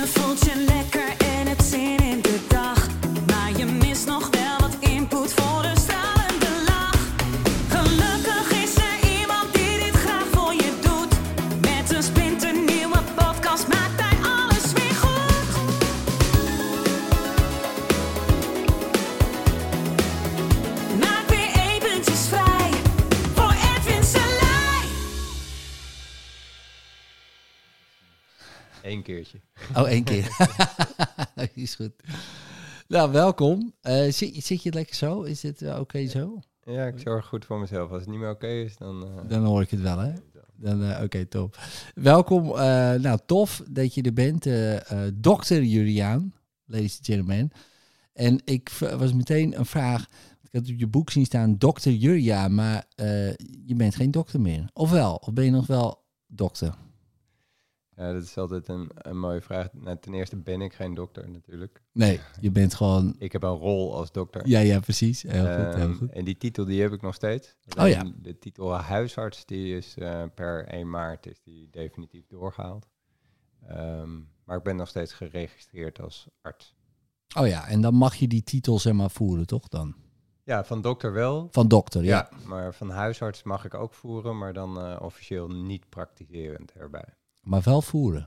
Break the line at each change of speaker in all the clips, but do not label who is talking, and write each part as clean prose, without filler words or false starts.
Je voelt je lekker en hebt zin in de dag. Maar je mist nog wel wat input voor een stralende lach. Gelukkig is er iemand die dit graag voor je doet. Met een splinternieuwe podcast maakt hij alles weer goed. Maak weer eventjes vrij voor Edwin Selij.
Eén keertje.
Oh, 1 keer. Is goed. Nou, welkom. Zit je het lekker zo? Is dit oké zo?
Ja, ik zorg goed voor mezelf. Als het niet meer oké is, dan...
Dan hoor ik het wel, hè? Dan oké, top. Welkom. Nou, tof dat je er bent. Dr. Juriaan, ladies and gentlemen. En ik was meteen een vraag. Ik had op je boek zien staan Dr. Juriaan, maar je bent geen dokter meer. Of wel? Of ben je nog wel dokter?
Ja, dat is altijd een mooie vraag. Nou, ten eerste ben ik geen dokter natuurlijk.
Nee, je bent gewoon...
Ik heb een rol als dokter.
Ja, precies. Heel goed.
En die titel die heb ik nog steeds.
Oh ja.
De titel huisarts die is per 1 maart is die definitief doorgehaald. Maar ik ben nog steeds geregistreerd als arts.
Oh ja, en dan mag je die titel zeg maar voeren, toch dan?
Ja, van dokter wel.
Van dokter, ja.
Maar van huisarts mag ik ook voeren, maar dan officieel niet praktiserend erbij.
Maar wel voeren.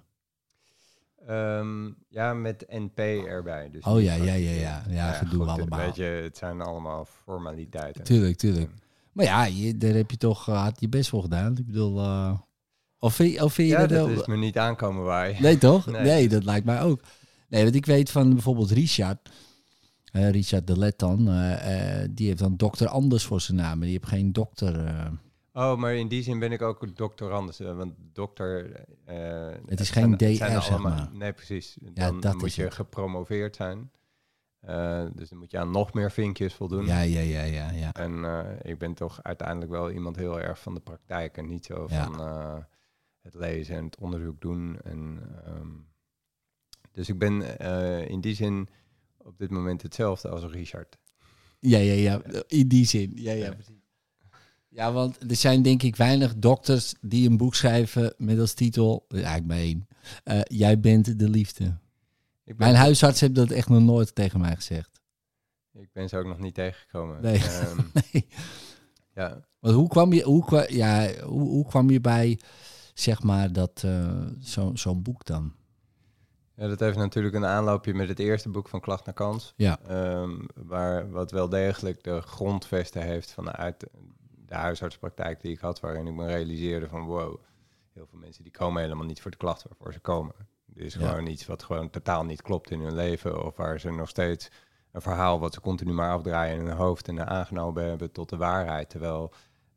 Ja, met NP erbij. Dus
Oh ja. Ja, gedoe
goed,
allemaal.
Weet je, het zijn allemaal formaliteiten.
Tuurlijk. Maar ja, daar heb je toch hard je best voor gedaan. Ik bedoel, of vind je
Ja,
dat
is me niet aankomen waaien.
Nee, toch?
Nee.
Nee, dat lijkt mij ook. Nee, want ik weet van bijvoorbeeld Richard de Let dan, die heeft dan dokter Anders voor zijn naam. Die heeft geen dokter...
Oh, maar in die zin ben ik ook doctorandus. Want dokter...
het is geen DR, zeg maar.
Nee, precies.
Ja,
Dan
dat
moet
is
je
het.
gepromoveerd zijn. Dus dan moet je aan nog meer vinkjes voldoen.
Ja.
En ik ben toch uiteindelijk wel iemand heel erg van de praktijk. En niet zo
Ja.
van het lezen en het onderzoek doen. En, dus ik ben in die zin op dit moment hetzelfde als Richard.
Ja. In die zin. Ja, precies. Ja, want er zijn denk ik weinig dokters die een boek schrijven met als titel, eigenlijk maar 1, jij bent de liefde.
Ik ben
Mijn huisarts heeft dat echt nog nooit tegen mij gezegd.
Ik ben ze ook nog niet tegengekomen.
Nee. Nee.
Ja.
Want hoe kwam je bij, zeg maar, dat zo'n boek dan?
Ja, dat heeft natuurlijk een aanloopje met het eerste boek van Klacht naar Kans.
Ja.
Wat wel degelijk de grondvesten heeft vanuit de huisartspraktijk die ik had, waarin ik me realiseerde van wow, heel veel mensen die komen helemaal niet voor de klachten waarvoor ze komen. Dit is gewoon iets wat gewoon totaal niet klopt in hun leven, of waar ze nog steeds een verhaal wat ze continu maar afdraaien in hun hoofd en aangenomen hebben tot de waarheid, terwijl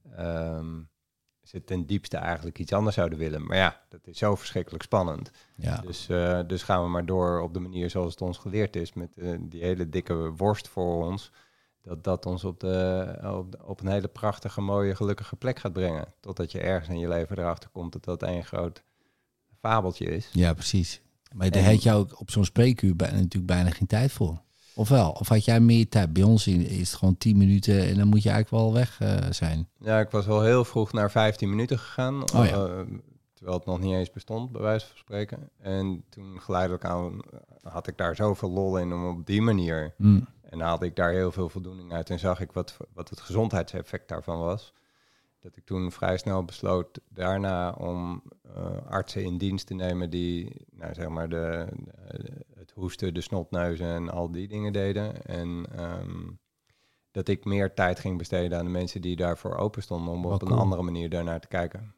ze ten diepste eigenlijk iets anders zouden willen. Maar ja, dat is zo verschrikkelijk spannend.
Ja.
Dus gaan we maar door op de manier zoals het ons geleerd is, met die hele dikke worst voor ons, dat ons op een hele prachtige, mooie, gelukkige plek gaat brengen. Totdat je ergens in je leven erachter komt dat dat één groot fabeltje is.
Ja, precies. Maar daar had je ook op zo'n spreekuur natuurlijk bijna geen tijd voor. Of wel? Of had jij meer tijd? Bij ons is het gewoon 10 minuten en dan moet je eigenlijk wel weg zijn.
Ja, ik was wel heel vroeg naar 15 minuten gegaan.
Oh, ja.
Terwijl het nog niet eens bestond, bij wijze van spreken. En toen geleidelijk aan had ik daar zoveel lol in om op die manier... En haalde ik daar heel veel voldoening uit en zag ik wat het gezondheidseffect daarvan was. Dat ik toen vrij snel besloot daarna om artsen in dienst te nemen die, nou zeg maar, het hoesten, de snotneuzen en al die dingen deden. En dat ik meer tijd ging besteden aan de mensen die daarvoor open stonden om op een andere manier daarnaar te kijken.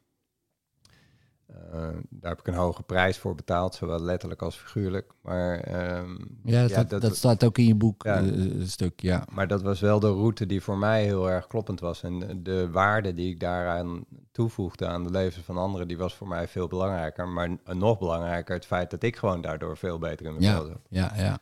Daar heb ik een hoge prijs voor betaald, zowel letterlijk als figuurlijk. Maar,
dat staat ook in je boek, een stuk, ja.
Maar dat was wel de route die voor mij heel erg kloppend was. En de waarde die ik daaraan toevoegde aan de levens van anderen, die was voor mij veel belangrijker. Maar nog belangrijker het feit dat ik gewoon daardoor veel beter in mijn vel zat.
Ja.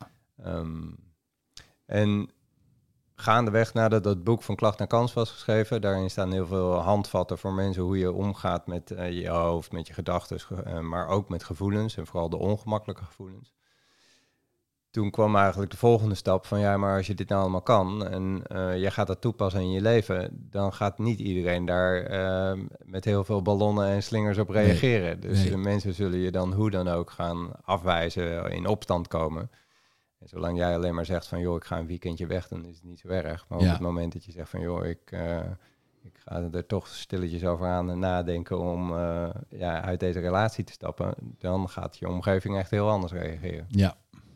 En gaandeweg nadat dat boek van Klacht naar Kans was geschreven, daarin staan heel veel handvatten voor mensen hoe je omgaat met je hoofd, met je gedachten, maar ook met gevoelens en vooral de ongemakkelijke gevoelens. toen kwam eigenlijk de volgende stap van ja, maar als je dit nou allemaal kan en je gaat dat toepassen in je leven, dan gaat niet iedereen daar met heel veel ballonnen en slingers op reageren. Dus mensen zullen je dan hoe dan ook gaan afwijzen, in opstand komen. En zolang jij alleen maar zegt van joh, ik ga een weekendje weg, dan is het niet zo erg. Maar op het moment dat je zegt van joh, ik ga er toch stilletjes over aan en nadenken om uit deze relatie te stappen, dan gaat je omgeving echt heel anders reageren.
Ja.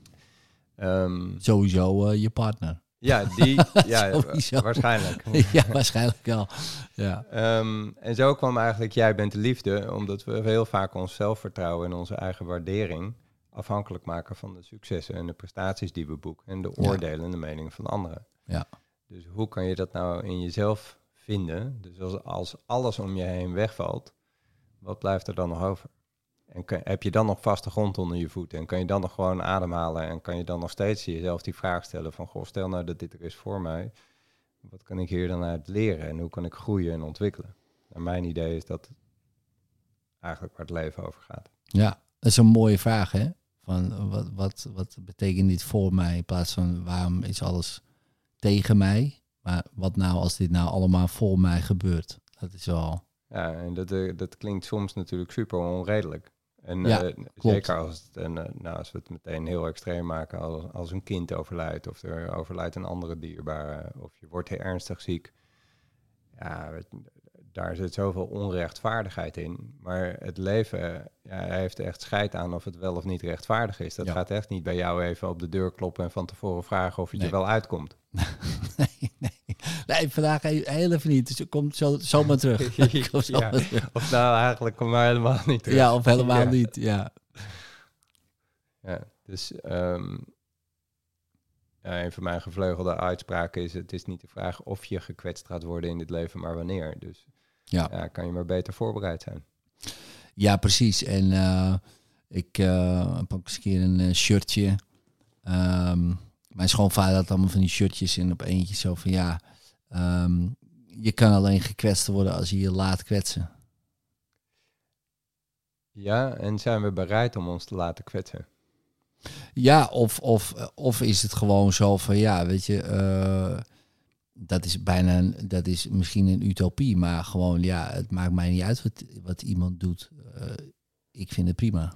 Sowieso je partner.
Ja, waarschijnlijk.
Ja, waarschijnlijk wel. Ja.
En zo kwam eigenlijk Jij bent de liefde, omdat we heel vaak ons zelfvertrouwen en onze eigen waardering afhankelijk maken van de successen en de prestaties die we boeken en de oordelen en de meningen van anderen.
Ja.
Dus hoe kan je dat nou in jezelf vinden? Dus als alles om je heen wegvalt, wat blijft er dan nog over? En heb je dan nog vaste grond onder je voeten? En kan je dan nog gewoon ademhalen? En kan je dan nog steeds jezelf die vraag stellen van... Goh, stel nou dat dit er is voor mij. Wat kan ik hier dan uit leren? En hoe kan ik groeien en ontwikkelen? En mijn idee is dat eigenlijk waar het leven over gaat.
Ja, dat is een mooie vraag, hè? Van wat betekent dit voor mij? In plaats van waarom is alles tegen mij? Maar wat nou als dit nou allemaal voor mij gebeurt? Dat is wel...
Ja, en dat klinkt soms natuurlijk super onredelijk. En zeker als we het meteen heel extreem maken, als een kind overlijdt of er overlijdt een andere dierbare of je wordt heel ernstig ziek. Ja, daar zit zoveel onrechtvaardigheid in. Maar het leven heeft echt scheid aan of het wel of niet rechtvaardig is. Dat gaat echt niet bij jou even op de deur kloppen en van tevoren vragen of het je wel uitkomt. Nee,
vandaag heel even niet. Dus het komt zomaar terug.
Of nou eigenlijk komt maar helemaal niet terug.
Ja, of helemaal niet, ja.
Ja, dus een van mijn gevleugelde uitspraken is... het is niet de vraag of je gekwetst gaat worden in dit leven, maar wanneer. Dus kan je maar beter voorbereid zijn.
Ja, precies. En ik heb ook eens een keer een shirtje... mijn schoonvader had allemaal van die shirtjes en op eentje zo van je kan alleen gekwetst worden als je je laat kwetsen.
Ja, en zijn we bereid om ons te laten kwetsen?
Ja, of is het gewoon zo van weet je, dat is misschien een utopie, maar gewoon het maakt mij niet uit wat iemand doet. Ik vind het prima.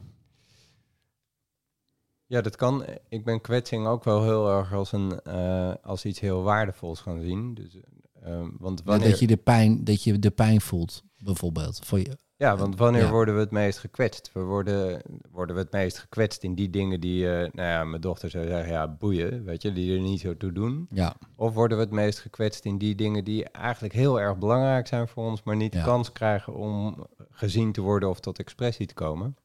Ja,
dat kan. Ik ben kwetsing ook wel heel erg als iets heel waardevols gaan zien. Dus, want wanneer...
dat je de pijn voelt, bijvoorbeeld. Voor je.
Ja, want wanneer worden we het meest gekwetst? We worden we het meest gekwetst in die dingen die, mijn dochter zou zeggen, boeien, weet je, die er niet zo toe doen.
Ja.
Of worden we het meest gekwetst in die dingen die eigenlijk heel erg belangrijk zijn voor ons, maar niet de kans krijgen om gezien te worden of tot expressie te komen.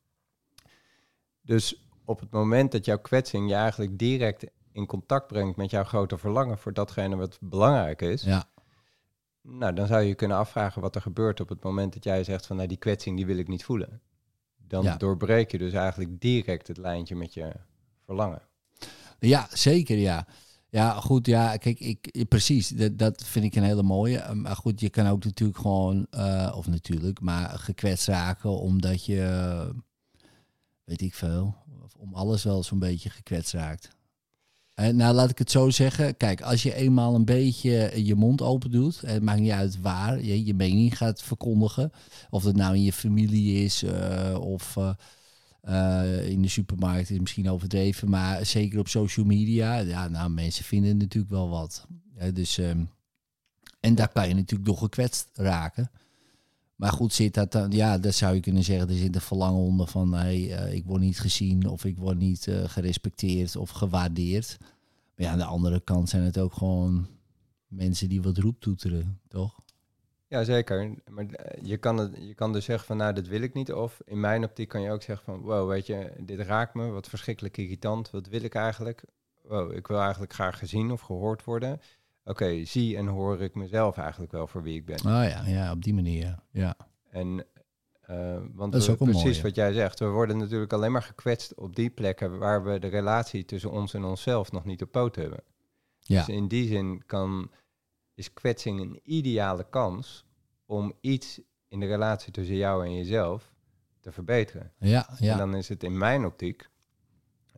Dus op het moment dat jouw kwetsing je eigenlijk direct in contact brengt met jouw grote verlangen voor datgene wat belangrijk is, nou, dan zou je kunnen afvragen wat er gebeurt op het moment dat jij zegt van die kwetsing die wil ik niet voelen. Dan doorbreek je dus eigenlijk direct het lijntje met je verlangen.
Ja, zeker, ja. Ja, goed, kijk, precies, dat vind ik een hele mooie. Maar goed, je kan ook natuurlijk gewoon, maar gekwetst raken omdat je, weet ik veel, om alles wel zo'n beetje gekwetst raakt. Nou, laat ik het zo zeggen. Kijk, als je eenmaal een beetje je mond open doet, het maakt niet uit waar, je mening gaat verkondigen. Of het nou in je familie is of in de supermarkt is misschien overdreven, maar zeker op social media. Mensen vinden natuurlijk wel wat. Dus, en daar kan je natuurlijk door gekwetst raken. Maar goed, zit dat dan? Ja, dat zou je kunnen zeggen. Er zit een verlangen onder van, ik word niet gezien of ik word niet gerespecteerd of gewaardeerd. Maar aan de andere kant zijn het ook gewoon mensen die wat roeptoeteren, toch?
Ja, zeker. Maar je kan dus zeggen van, dat wil ik niet. Of in mijn optiek kan je ook zeggen van, wow, weet je, dit raakt me, wat verschrikkelijk irritant. Wat wil ik eigenlijk? Wow, ik wil eigenlijk graag gezien of gehoord worden. Oké, zie en hoor ik mezelf eigenlijk wel voor wie ik ben.
Ja, op die manier, ja.
En want
dat is ook
precies
mooi,
wat jij zegt, we worden natuurlijk alleen maar gekwetst op die plekken waar we de relatie tussen ons en onszelf nog niet op poot hebben. Ja. Dus in die zin is kwetsing een ideale kans om iets in de relatie tussen jou en jezelf te verbeteren.
Ja.
En dan is het in mijn optiek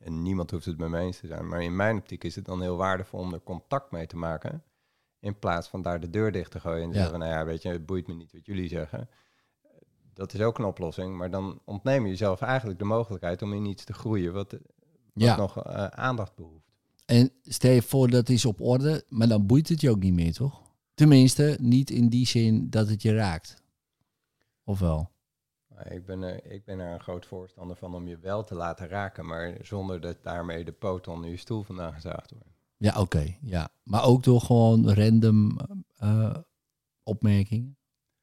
En niemand hoeft het met me eens te zijn. Maar in mijn optiek is het dan heel waardevol om er contact mee te maken. In plaats van daar de deur dicht te gooien en te zeggen, nou ja, weet je, het boeit me niet wat jullie zeggen. Dat is ook een oplossing. Maar dan ontneem je jezelf eigenlijk de mogelijkheid om in iets te groeien wat nog aandacht behoeft.
En stel je voor dat is op orde, maar dan boeit het je ook niet meer, toch? Tenminste, niet in die zin dat het je raakt. Of wel?
Ik ben er een groot voorstander van om je wel te laten raken, maar zonder dat daarmee de poot onder je stoel vandaan gezaagd wordt.
Ja, oké. Ja. Maar ook door gewoon random opmerkingen?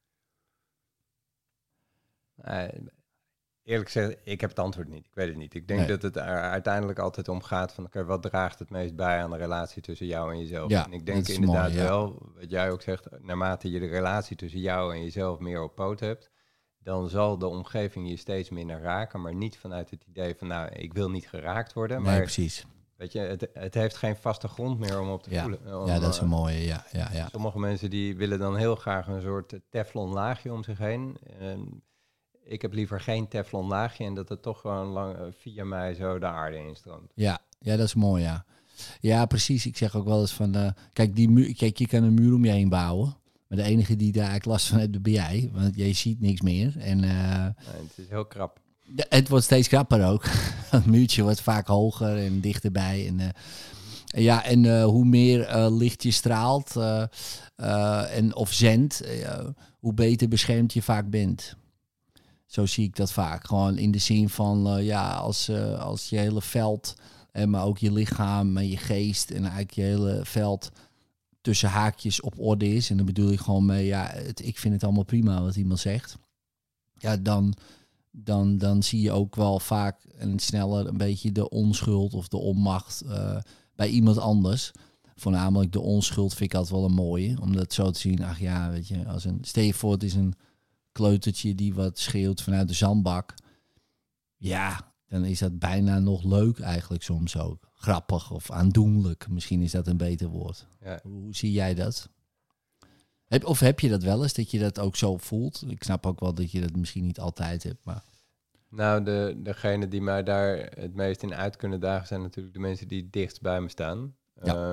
Eerlijk gezegd, ik heb het antwoord niet. Ik weet het niet. Ik denk dat het er uiteindelijk altijd om gaat van, oké, wat draagt het meest bij aan de relatie tussen jou en jezelf?
Ja,
en ik denk inderdaad wel, wat jij ook zegt, naarmate je de relatie tussen jou en jezelf meer op poot hebt, dan zal de omgeving je steeds minder raken, maar niet vanuit het idee van, nou, ik wil niet geraakt worden.
Nee,
maar
precies.
Weet je, het heeft geen vaste grond meer om op te voelen.
Ja, dat is een mooie, ja.
Sommige mensen die willen dan heel graag een soort teflon laagje om zich heen. Ik heb liever geen teflon laagje en dat het toch gewoon via mij zo de aarde instroomt.
Ja, dat is mooi, ja. Ja, precies. Ik zeg ook wel eens van, kijk, je kan een muur om je heen bouwen. Maar de enige die daar eigenlijk last van heeft, ben jij. Want jij ziet niks meer. En,
nee, het is heel krap.
Het wordt steeds krapper ook. Het muurtje wordt vaak hoger en dichterbij. En hoe meer licht je straalt of zendt, hoe beter beschermd je vaak bent. Zo zie ik dat vaak. Gewoon in de zin van, als je hele veld, maar ook je lichaam en je geest en eigenlijk je hele veld tussen haakjes op orde is. En dan bedoel ik gewoon mee, ik vind het allemaal prima wat iemand zegt. Ja, dan zie je ook wel vaak en sneller een beetje de onschuld of de onmacht bij iemand anders. Voornamelijk de onschuld vind ik altijd wel een mooie. Om dat zo te zien, ach ja, weet je, stel je voor het is een kleutertje die wat schreeuwt vanuit de zandbak. Ja, dan is dat bijna nog leuk eigenlijk soms ook. Grappig of aandoenlijk, misschien is dat een beter woord.
Ja.
Hoe zie jij dat? Heb je dat wel eens, dat je dat ook zo voelt? Ik snap ook wel dat je dat misschien niet altijd hebt, maar...
Nou, degene die mij daar het meest in uit kunnen dagen zijn natuurlijk de mensen die het dichtst bij me staan.
Ja.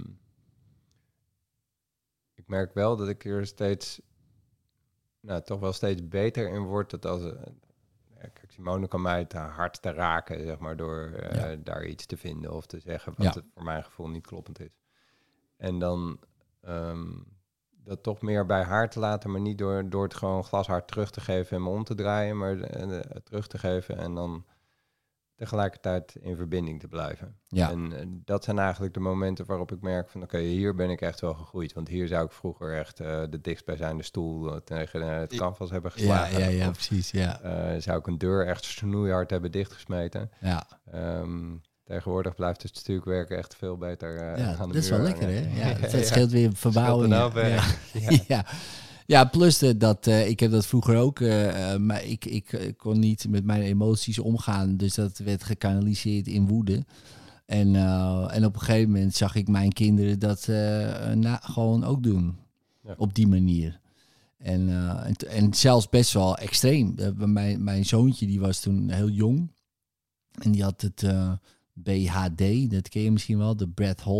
Ik merk wel dat ik er toch wel steeds beter in word. Dat als kijk, Simone kan mij het hart te raken, zeg maar, door daar iets te vinden of te zeggen wat het voor mijn gevoel niet kloppend is. En dan dat toch meer bij haar te laten, maar niet door het gewoon glashard terug te geven en me om te draaien, maar terug te geven en dan tegelijkertijd in verbinding te blijven.
Ja.
En dat zijn eigenlijk de momenten waarop ik merk van oké, hier ben ik echt wel gegroeid. Want hier zou ik vroeger echt de dichtstbijzijnde stoel tegen het canvas hebben geslagen.
Ja, precies, ja.
Zou ik een deur echt snoeihard hebben dichtgesmeten.
Ja.
Tegenwoordig blijft het stukwerk echt veel beter aan de muur.
Dat is wel lekker, hè? Ja, dat scheelt weer verbouwing.
Ja.
Ja, plus dat ik heb dat vroeger ook, maar ik kon niet met mijn emoties omgaan. Dus dat werd gekanaliseerd in woede. En op een gegeven moment zag ik mijn kinderen dat gewoon ook doen. Ja. Op die manier. En zelfs best wel extreem. Mijn zoontje die was toen heel jong. En die had het BHD, dat ken je misschien wel. De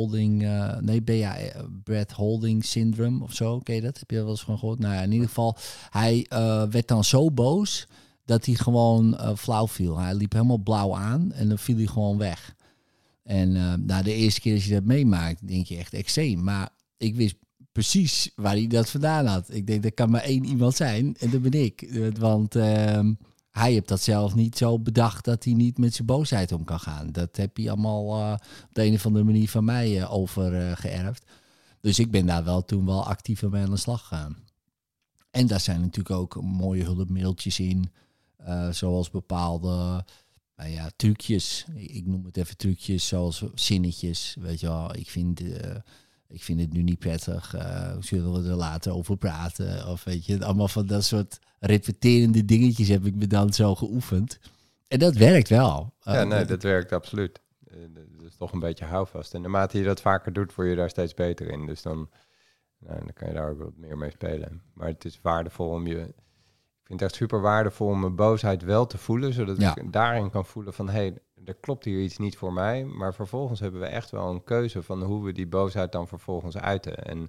Breath Holding Syndrome of zo. Ken je dat? Heb je dat wel eens van gehoord? Nou ja, in ieder geval, hij werd dan zo boos dat hij gewoon flauw viel. Hij liep helemaal blauw aan en dan viel hij gewoon weg. En de eerste keer als je dat meemaakt, denk je echt extreem. Maar ik wist precies waar hij dat vandaan had. Ik denk, dat kan maar één iemand zijn en dat ben ik. Want hij heeft dat zelf niet zo bedacht dat hij niet met zijn boosheid om kan gaan. Dat heb hij allemaal op de een of andere manier van mij overgeërfd. Dus ik ben daar toen wel actief mee aan de slag gegaan. En daar zijn natuurlijk ook mooie hulpmiddeltjes in. Zoals bepaalde trucjes. Ik noem het even trucjes zoals zinnetjes. Weet je wel, ik vind het nu niet prettig. Zullen we er later over praten? Of weet je, allemaal van dat soort repeterende dingetjes heb ik me dan zo geoefend. En dat werkt wel.
Dat werkt absoluut. Dat is toch een beetje houvast. En naarmate je dat vaker doet, word je daar steeds beter in. Dus dan kan je daar ook wat meer mee spelen. Maar het is waardevol ik vind het echt super waardevol om mijn boosheid wel te voelen, zodat ik daarin kan voelen van, hey, er klopt hier iets niet voor mij. Maar vervolgens hebben we echt wel een keuze van hoe we die boosheid dan vervolgens uiten. En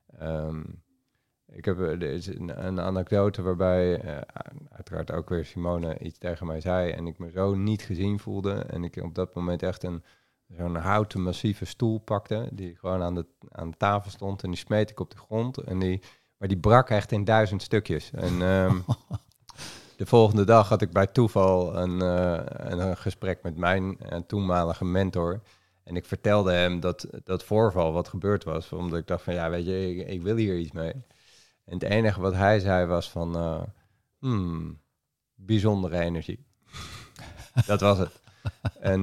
ik heb er is een anekdote waarbij uiteraard ook weer Simone iets tegen mij zei en ik me zo niet gezien voelde. En ik op dat moment echt zo'n houten massieve stoel pakte, die gewoon aan de tafel stond en die smeet ik op de grond. Maar die brak echt in 1000 stukjes. En de volgende dag had ik bij toeval een gesprek met mijn toenmalige mentor. En ik vertelde hem dat voorval wat gebeurd was. Omdat ik dacht van, ja, weet je, ik wil hier iets mee. En het enige wat hij zei was van, bijzondere energie. Dat was het. En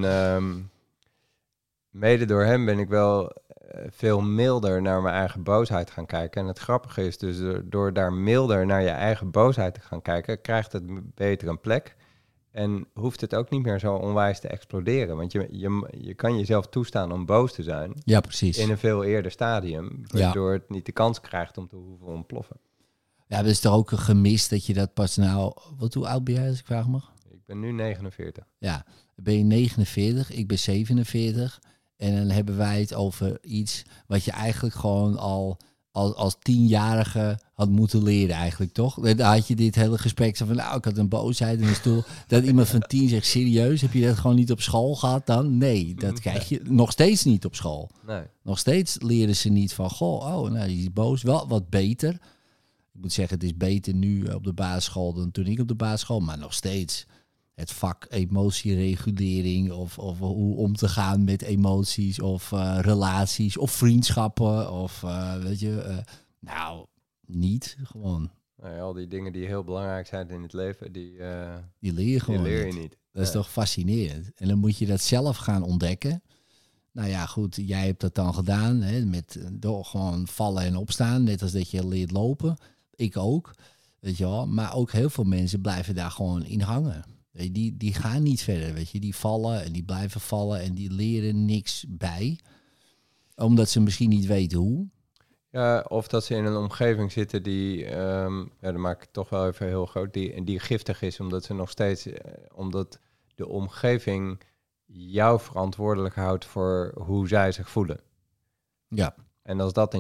mede door hem ben ik wel veel milder naar mijn eigen boosheid gaan kijken. En het grappige is dus, door daar milder naar je eigen boosheid te gaan kijken, krijgt het beter een plek. En hoeft het ook niet meer zo onwijs te exploderen. Want je kan jezelf toestaan om boos te zijn.
Ja, precies.
In een veel eerder stadium. Waardoor het niet de kans krijgt om te hoeven ontploffen.
Ja, dat is toch ook een gemis dat je dat pas nou... Hoe oud ben jij, als ik vraag mag?
Ik ben nu 49.
Ja, dan ben je 49, ik ben 47. En dan hebben wij het over iets wat je eigenlijk gewoon al als 10-jarige had moeten leren eigenlijk, toch? Dan had je dit hele gesprek zo van, nou, ik had een boosheid in de stoel. Dat iemand van 10 zegt, serieus, heb je dat gewoon niet op school gehad dan? Nee, dat krijg je nog steeds niet op school.
Nee.
Nog steeds leren ze niet van, nou, die is boos. Wel wat beter. Ik moet zeggen, het is beter nu op de basisschool dan toen ik op de basisschool, maar nog steeds het vak emotieregulering of hoe om te gaan met emoties of relaties of vriendschappen of weet je, nou, niet gewoon.
Nou ja, al die dingen die heel belangrijk zijn in het leven, die
leer je gewoon
leer je niet.
Dat is toch fascinerend. En dan moet je dat zelf gaan ontdekken. Nou ja, goed, jij hebt dat dan gedaan, hè, door gewoon vallen en opstaan, net als dat je leert lopen. Ik ook, weet je wel. Maar ook heel veel mensen blijven daar gewoon in hangen. Die gaan niet verder, weet je. Die vallen en die blijven vallen en die leren niks bij. Omdat ze misschien niet weten hoe.
Ja, of dat ze in een omgeving zitten die, dat maak ik toch wel even heel groot, die giftig is, omdat ze nog steeds, omdat de omgeving jou verantwoordelijk houdt voor hoe zij zich voelen.
Ja.
En als dat in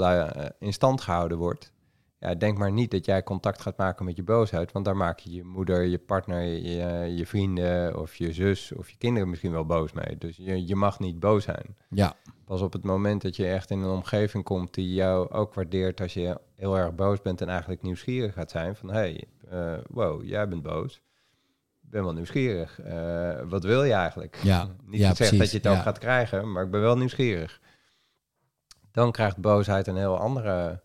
stand gehouden wordt, ja, denk maar niet dat jij contact gaat maken met je boosheid, want daar maak je je moeder, je partner, je vrienden of je zus of je kinderen misschien wel boos mee. Dus je mag niet boos zijn.
Ja.
Pas op het moment dat je echt in een omgeving komt die jou ook waardeert als je heel erg boos bent en eigenlijk nieuwsgierig gaat zijn van, wow, jij bent boos. Ik ben wel nieuwsgierig. Wat wil je eigenlijk?
Ja.
Niet gezegd precies, dat je het ook gaat krijgen, maar ik ben wel nieuwsgierig. Dan krijgt boosheid een heel andere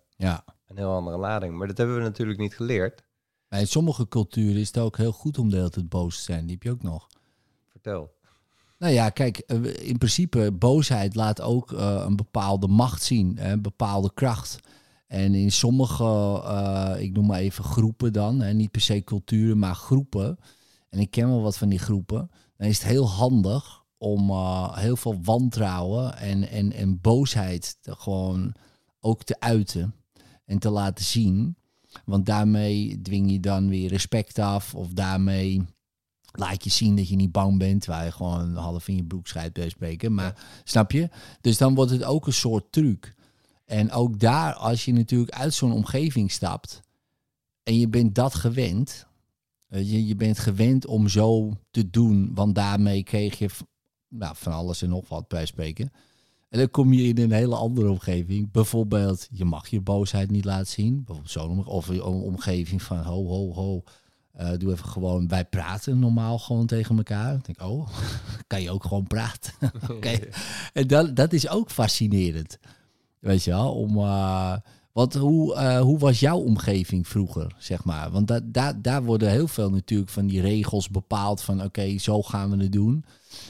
lading. Maar dat hebben we natuurlijk niet geleerd.
Maar in sommige culturen is het ook heel goed om de hele tijd boos te zijn. Die heb je ook nog.
Vertel.
Nou ja, kijk, in principe boosheid laat ook een bepaalde macht zien. Een bepaalde kracht. En in sommige, ik noem maar even groepen dan. Niet per se culturen, maar groepen. En ik ken wel wat van die groepen. Dan is het heel handig om heel veel wantrouwen en boosheid gewoon ook te uiten. En te laten zien. Want daarmee dwing je dan weer respect af. Of daarmee laat je zien dat je niet bang bent. Waar je gewoon half in je broek schijt bij spreken. Maar snap je? Dus dan wordt het ook een soort truc. En ook daar, als je natuurlijk uit zo'n omgeving stapt. En je bent dat gewend. Je bent gewend om zo te doen. Want daarmee kreeg je van alles en nog wat bij spreken. En dan kom je in een hele andere omgeving. Bijvoorbeeld, je mag je boosheid niet laten zien. Bijvoorbeeld zo'n of een omgeving van ho. Doe even gewoon, wij praten normaal gewoon tegen elkaar. Ik denk, kan je ook gewoon praten. Okay. En dat is ook fascinerend. Weet je wel, want hoe was jouw omgeving vroeger, zeg maar? Want daar worden heel veel natuurlijk van die regels bepaald van oké, zo gaan we het doen.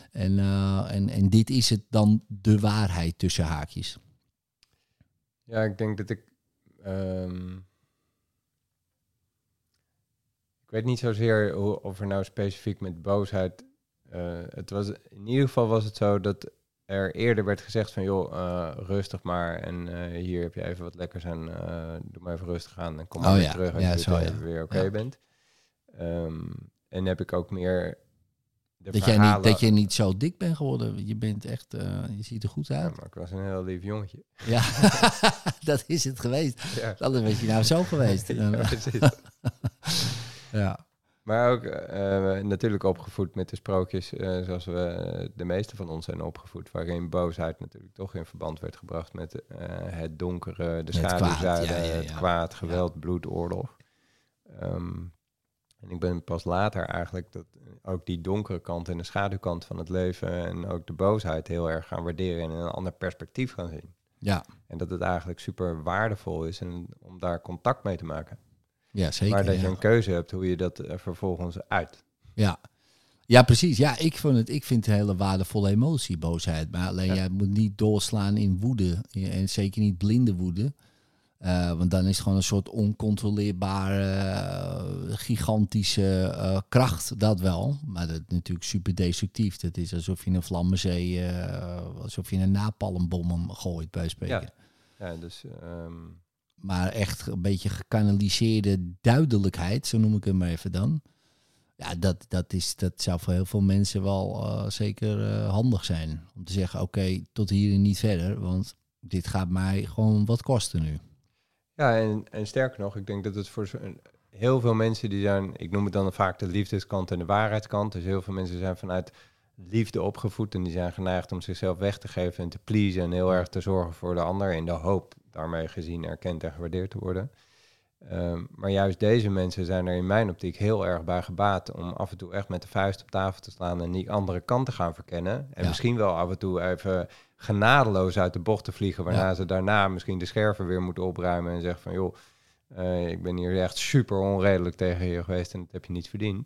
En dit is het dan de waarheid tussen haakjes.
Ja, ik denk dat ik weet niet zozeer of er nou specifiek met boosheid. In ieder geval was het zo dat er eerder werd gezegd van joh, rustig maar en hier heb je even wat lekkers en doe maar even rustig aan en kom maar weer terug als je weer oké bent. En heb ik ook meer
Dat je niet zo dik bent geworden. Je bent echt, je ziet er goed uit.
Ja, maar ik was een heel lief jongetje.
Ja, dat is het geweest.
Ja.
Anders was je nou zo geweest.
Ja, precies.
Ja.
Maar ook natuurlijk opgevoed met de sprookjes zoals we de meeste van ons zijn opgevoed. Waarin boosheid natuurlijk toch in verband werd gebracht met het donkere, de schaduwzijde, het kwaad, geweld, bloed, oorlog. En ik ben pas later eigenlijk dat ook die donkere kant en de schaduwkant van het leven en ook de boosheid heel erg gaan waarderen en in een ander perspectief gaan zien.
Ja.
En dat het eigenlijk super waardevol is en om daar contact mee te maken.
Ja, zeker.
Maar dat je een keuze hebt hoe je dat vervolgens uit.
Ja. Ja, precies. Ja, ik vind het een hele waardevolle emotie, boosheid. Maar alleen jij moet niet doorslaan in woede. En zeker niet blinde woede. Want dan is het gewoon een soort oncontroleerbare, gigantische kracht, dat wel. Maar dat is natuurlijk super destructief. Dat is alsof je een vlammenzee, alsof je een napalmbom gooit, bij spreken.
Ja, dus...
Maar echt een beetje gekanaliseerde duidelijkheid, zo noem ik hem maar even dan. Ja, dat zou voor heel veel mensen wel zeker handig zijn. Om te zeggen, oké, tot hier en niet verder. Want dit gaat mij gewoon wat kosten nu.
Ja, en sterker nog, ik denk dat het voor heel veel mensen die zijn... Ik noem het dan vaak de liefdeskant en de waarheidskant. Dus heel veel mensen zijn vanuit liefde opgevoed en die zijn geneigd om zichzelf weg te geven en te pleasen en heel erg te zorgen voor de ander in de hoop daarmee gezien, erkend en gewaardeerd te worden. Maar juist deze mensen zijn er in mijn optiek heel erg bij gebaat om af en toe echt met de vuist op tafel te slaan en die andere kant te gaan verkennen. En misschien wel af en toe even genadeloos uit de bocht te vliegen, waarna ze daarna misschien de scherven weer moeten opruimen en zeggen van joh, ik ben hier echt super onredelijk tegen je geweest en dat heb je niet verdiend.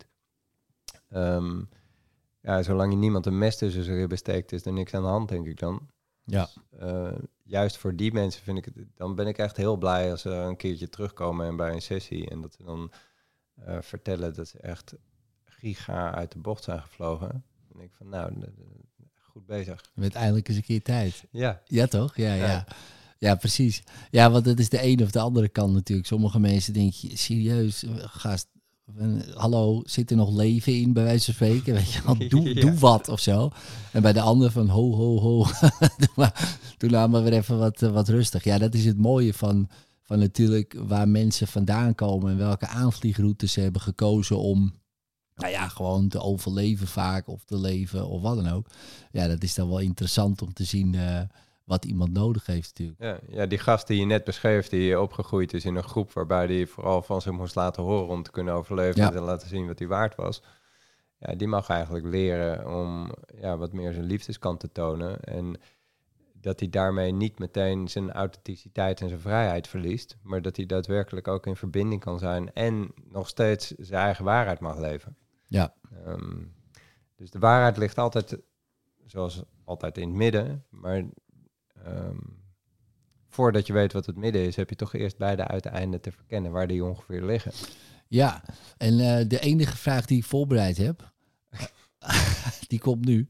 Zolang je niemand een mes tussen zijn ribben steekt, is er niks aan de hand, denk ik dan.
Ja.
Juist voor die mensen vind ik het, dan ben ik echt heel blij als ze een keertje terugkomen en bij een sessie en dat ze dan vertellen dat ze echt giga uit de bocht zijn gevlogen. Dan denk ik van nou, goed bezig.
Met eindelijk eens een keer tijd.
Ja.
Ja, toch? Ja, precies. Ja, want dat is de ene of de andere kant natuurlijk. Sommige mensen denken, serieus, gast, hallo, zit er nog leven in, bij wijze van spreken? Weet je wel, doe wat of zo. En bij de ander van ho. Doe nou maar weer even wat rustig. Ja, dat is het mooie van natuurlijk waar mensen vandaan komen en welke aanvliegroutes ze hebben gekozen om, nou ja, gewoon te overleven vaak of te leven of wat dan ook. Ja, dat is dan wel interessant om te zien wat iemand nodig heeft natuurlijk.
Ja, die gast die je net beschreef, die opgegroeid is in een groep waarbij hij vooral van zich moest laten horen om te kunnen overleven en te laten zien wat hij waard was. Ja, die mag eigenlijk leren om wat meer zijn liefdeskant te tonen. En dat hij daarmee niet meteen zijn authenticiteit en zijn vrijheid verliest, maar dat hij daadwerkelijk ook in verbinding kan zijn en nog steeds zijn eigen waarheid mag leven.
Ja.
Dus de waarheid ligt altijd, zoals altijd, in het midden, maar voordat je weet wat het midden is, heb je toch eerst beide uiteinden te verkennen waar die ongeveer liggen.
Ja, en de enige vraag die ik voorbereid heb, die komt nu.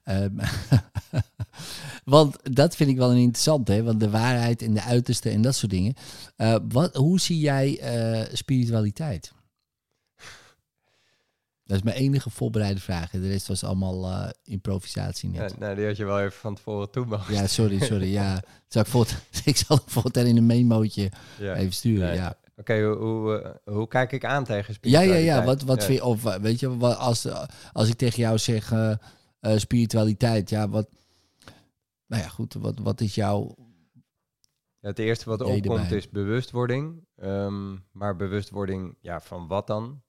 Want dat vind ik wel een interessant, hè? Want de waarheid en de uiterste en dat soort dingen. Hoe zie jij spiritualiteit? Dat is mijn enige voorbereide vraag. De rest was allemaal improvisatie net.
Ja, die had je wel even van tevoren toe mogen.
Ja, sorry. Ja. Ik zal het voortaan in een memootje even sturen.
Nee.
Ja.
Oké, hoe kijk ik aan tegen spiritualiteit?
Ja. Wat vind je, of weet je, als ik tegen jou zeg spiritualiteit, wat is jouw...
Ja, het eerste wat opkomt is bewustwording. Maar bewustwording, van wat dan?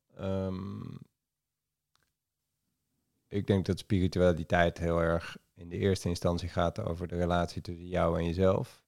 Ik denk dat spiritualiteit heel erg in de eerste instantie gaat over de relatie tussen jou en jezelf.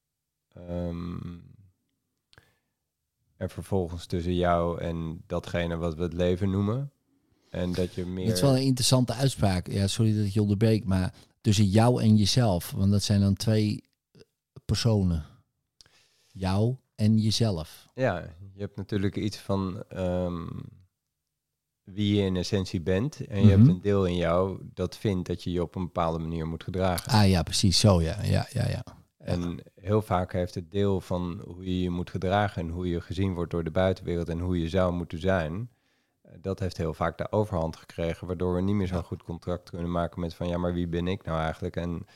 En vervolgens tussen jou en datgene wat we het leven noemen. En dat je meer...
Dat is wel een interessante uitspraak. Ja, sorry dat ik je onderbreek, maar tussen jou en jezelf. Want dat zijn dan twee personen. Jou en jezelf.
Ja, je hebt natuurlijk iets van wie je in essentie bent. En je hebt een deel in jou dat vindt dat je je op een bepaalde manier moet gedragen.
Ah ja, precies zo, ja.
En heel vaak heeft het deel van hoe je je moet gedragen en hoe je gezien wordt door de buitenwereld en hoe je zou moeten zijn, dat heeft heel vaak de overhand gekregen, waardoor we niet meer zo'n goed contract kunnen maken met van, ja, maar wie ben ik nou eigenlijk? En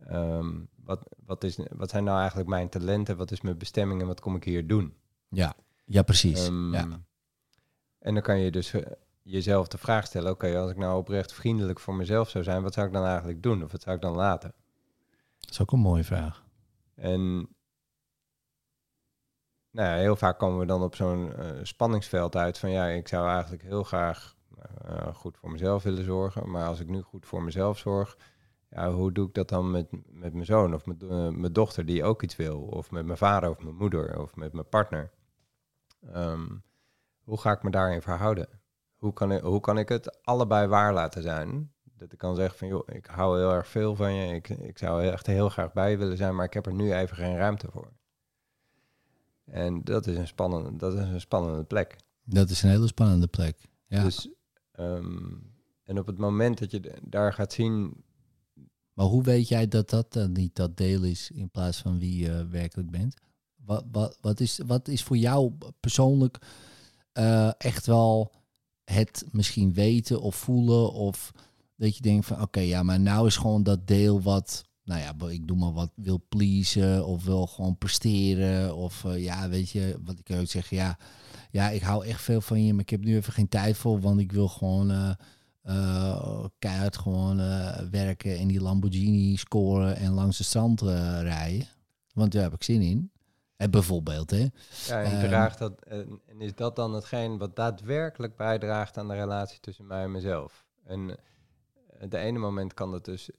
wat zijn nou eigenlijk mijn talenten? Wat is mijn bestemming en wat kom ik hier doen?
Ja, precies.
En dan kan je dus jezelf de vraag stellen, oké, als ik nou oprecht vriendelijk voor mezelf zou zijn, wat zou ik dan eigenlijk doen? Of wat zou ik dan laten?
Dat is ook een mooie vraag.
En nou ja, heel vaak komen we dan op zo'n spanningsveld uit van, ja, ik zou eigenlijk heel graag goed voor mezelf willen zorgen, maar als ik nu goed voor mezelf zorg, ja, hoe doe ik dat dan met mijn zoon of met mijn dochter die ook iets wil, of met mijn vader of mijn moeder of met mijn partner? Hoe ga ik me daarin verhouden? Hoe kan ik het allebei waar laten zijn? Dat ik kan zeggen van, joh, ik hou heel erg veel van je. Ik zou echt heel graag bij je willen zijn, maar ik heb er nu even geen ruimte voor. En dat is een spannende plek.
Dat is een hele spannende plek. Ja.
Dus, en op het moment dat je daar gaat zien...
Maar hoe weet jij dat dat niet dat deel is in plaats van wie je werkelijk bent? Wat is voor jou persoonlijk echt wel het misschien weten of voelen? Of dat je denkt van oké, ja, maar nou is gewoon dat deel wat, nou ja, ik doe maar wat, wil pleasen of wil gewoon presteren. Of ja, weet je, wat ik kan ook zeggen, ja, ik hou echt veel van je, maar ik heb nu even geen tijd voor, want ik wil gewoon keihard gewoon werken en die Lamborghini scoren en langs de strand rijden. Want daar heb ik zin in. Bijvoorbeeld, hè.
Ja, en draagt dat, en is dat dan hetgeen wat daadwerkelijk bijdraagt aan de relatie tussen mij en mezelf? En de ene moment kan dat dus...